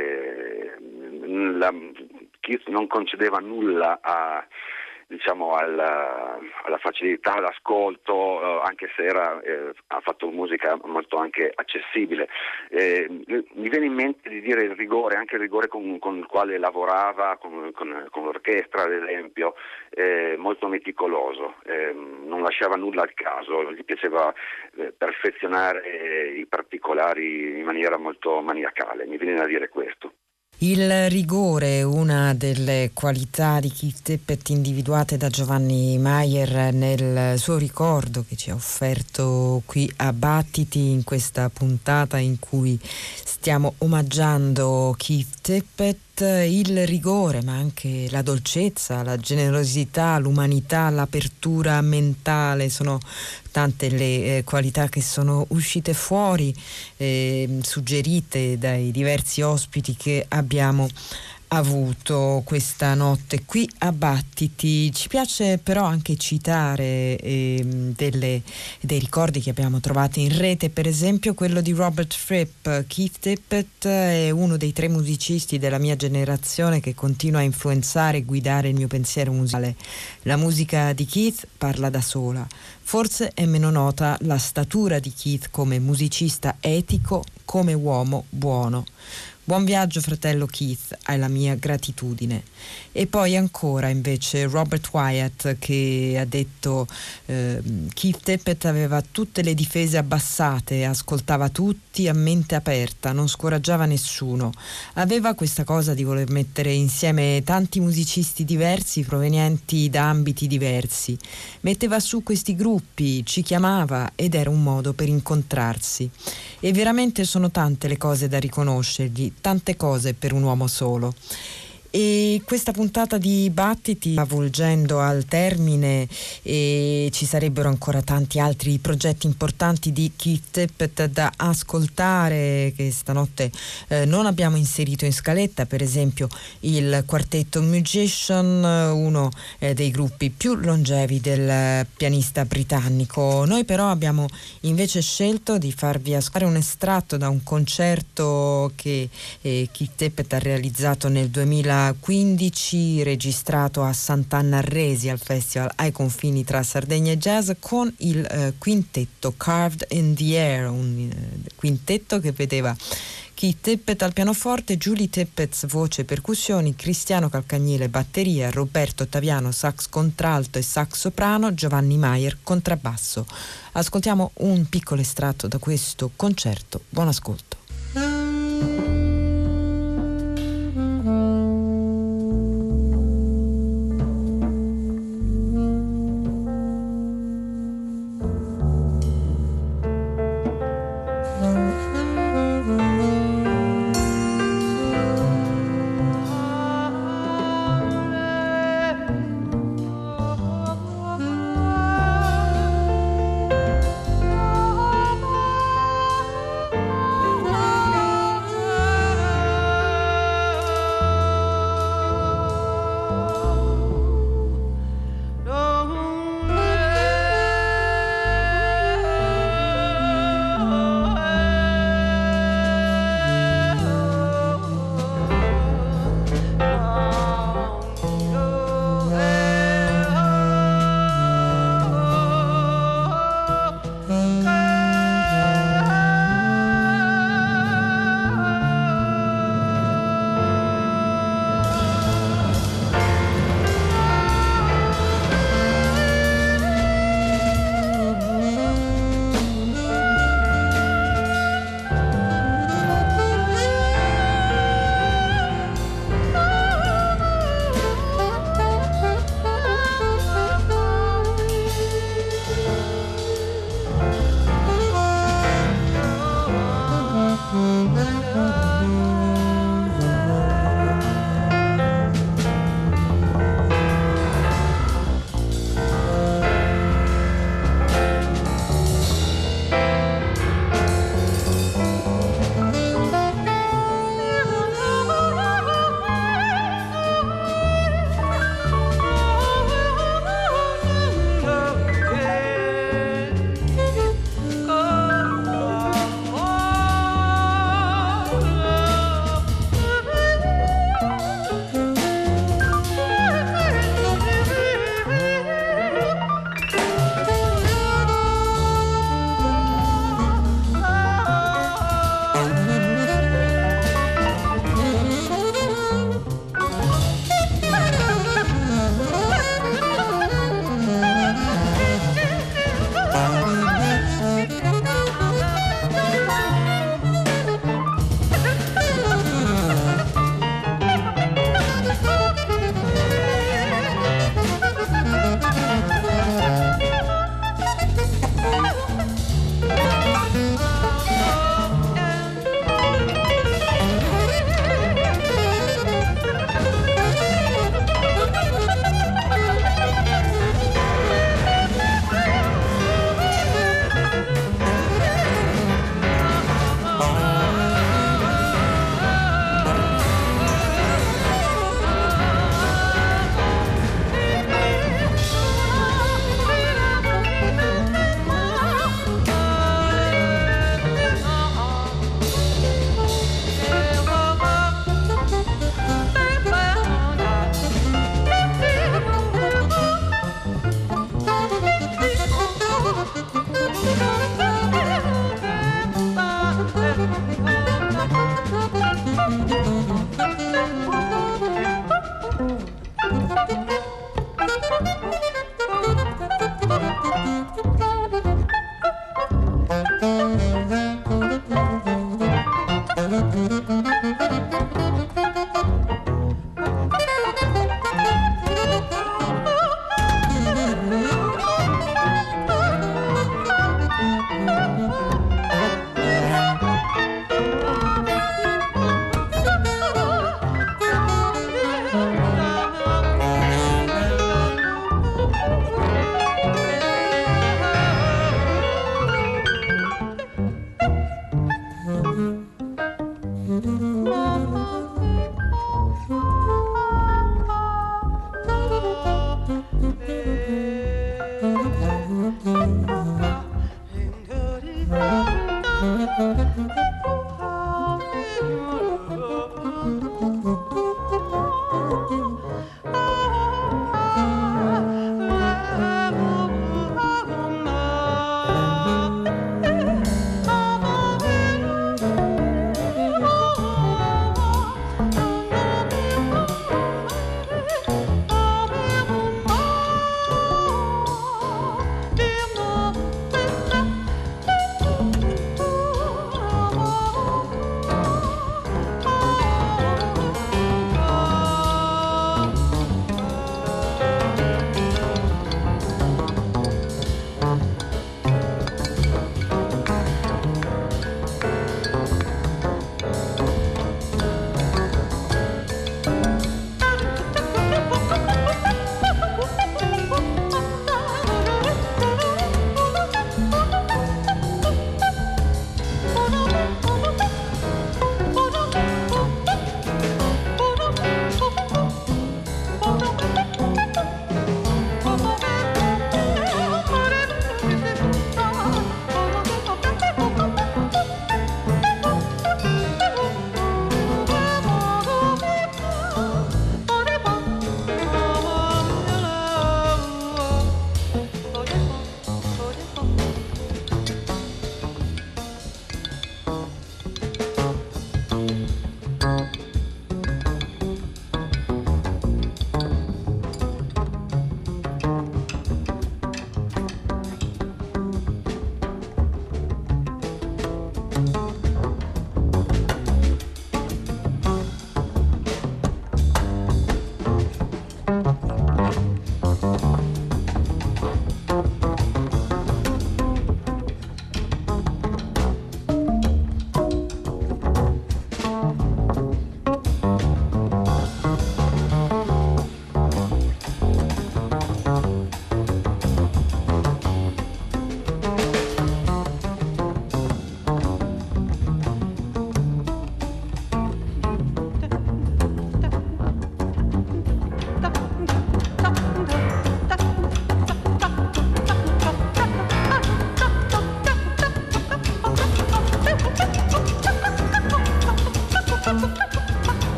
Keith non concedeva nulla alla facilità, all'ascolto, anche se ha fatto musica molto anche accessibile. Mi viene in mente di dire il rigore, anche il rigore con il quale lavorava con l'orchestra, ad esempio, molto meticoloso, non lasciava nulla al caso, gli piaceva perfezionare i particolari in maniera molto maniacale. Mi viene da dire questo. Il rigore, una delle qualità di Keith Tippett individuate da Giovanni Maier nel suo ricordo che ci ha offerto qui a Battiti, in questa puntata in cui stiamo omaggiando Keith Tippett. Il rigore, ma anche la dolcezza, la generosità, l'umanità, l'apertura mentale, sono tante le qualità che sono uscite fuori, suggerite dai diversi ospiti che abbiamo avuto questa notte qui a Battiti. Ci piace però anche citare dei ricordi che abbiamo trovato in rete, per esempio quello di Robert Fripp. Keith Tippett è uno dei 3 musicisti della mia generazione che continua a influenzare e guidare il mio pensiero musicale. La musica di Keith parla da sola. Forse è meno nota la statura di Keith come musicista etico, come uomo buono. Buon viaggio fratello Keith, hai la mia gratitudine. E poi ancora invece Robert Wyatt che ha detto Keith Tippett aveva tutte le difese abbassate, ascoltava tutti a mente aperta, non scoraggiava nessuno, aveva questa cosa di voler mettere insieme tanti musicisti diversi provenienti da ambiti diversi, metteva su questi gruppi, ci chiamava ed era un modo per incontrarsi. E veramente sono tante le cose da riconoscergli, tante cose per un uomo solo. E questa puntata di Battiti va volgendo al termine e ci sarebbero ancora tanti altri progetti importanti di Keith Tippett da ascoltare che stanotte non abbiamo inserito in scaletta, per esempio il quartetto Musician, uno dei gruppi più longevi del pianista britannico. Noi però abbiamo invece scelto di farvi ascoltare un estratto da un concerto che Keith Tippett ha realizzato nel 2015, registrato a Sant'Anna Resi al festival ai confini tra Sardegna e Jazz con il quintetto Carved in the Air, un quintetto che vedeva Keith Tippett al pianoforte, Julie Tippett voce e percussioni, Cristiano Calcagnile batteria, Roberto Ottaviano sax contralto e sax soprano, Giovanni Maier contrabbasso. Ascoltiamo un piccolo estratto da questo concerto. Buon ascolto.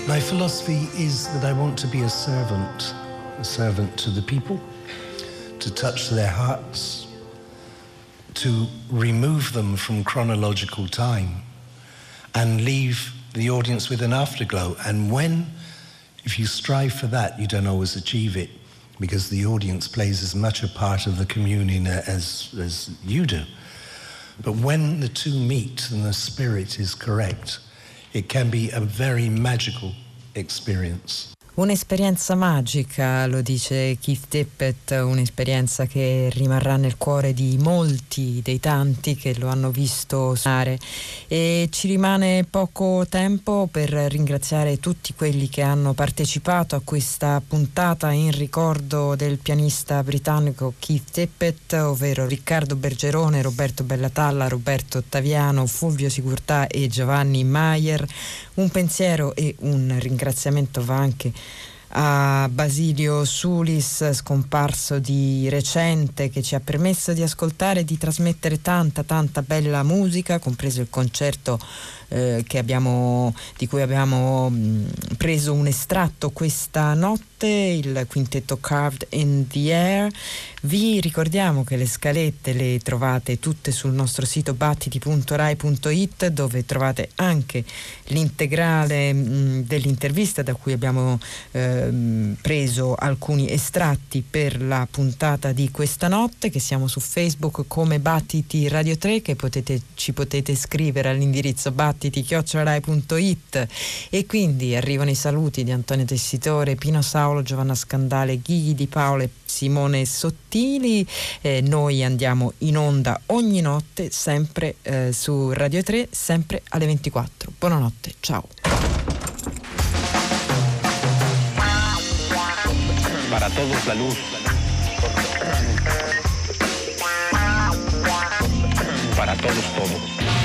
My philosophy is that I want to be a servant to the people, to touch their hearts, to remove them from chronological time and leave the audience with an afterglow. And if you strive for that, you don't always achieve it, because the audience plays as much a part of the communion as you do. But when the two meet and the spirit is correct, it can be a very magical experience. Un'esperienza magica, lo dice Keith Tippett, un'esperienza che rimarrà nel cuore di molti dei tanti che lo hanno visto suonare. E ci rimane poco tempo per ringraziare tutti quelli che hanno partecipato a questa puntata in ricordo del pianista britannico Keith Tippett, ovvero Riccardo Bergerone, Roberto Bellatalla, Roberto Ottaviano, Fulvio Sigurtà e Giovanni Maier. Un pensiero e un ringraziamento va anche a Basilio Sulis, scomparso di recente, che ci ha permesso di ascoltare e di trasmettere tanta bella musica, compreso il concerto di cui abbiamo preso un estratto questa notte, il quintetto Carved in the Air. Vi ricordiamo che le scalette le trovate tutte sul nostro sito battiti.rai.it, dove trovate anche l'integrale dell'intervista da cui abbiamo preso alcuni estratti per la puntata di questa notte, che siamo su Facebook come Battiti Radio 3, che ci potete scrivere all'indirizzo battiti@rai.it. E quindi arrivano i saluti di Antonio Tessitore, Pino Saulo, Giovanna Scandale, Ghighi Di Paolo e Simone Sottili. Noi andiamo in onda ogni notte, sempre su Radio 3, sempre alle 24. Buonanotte, ciao. Para todos la luz. Para todos todo.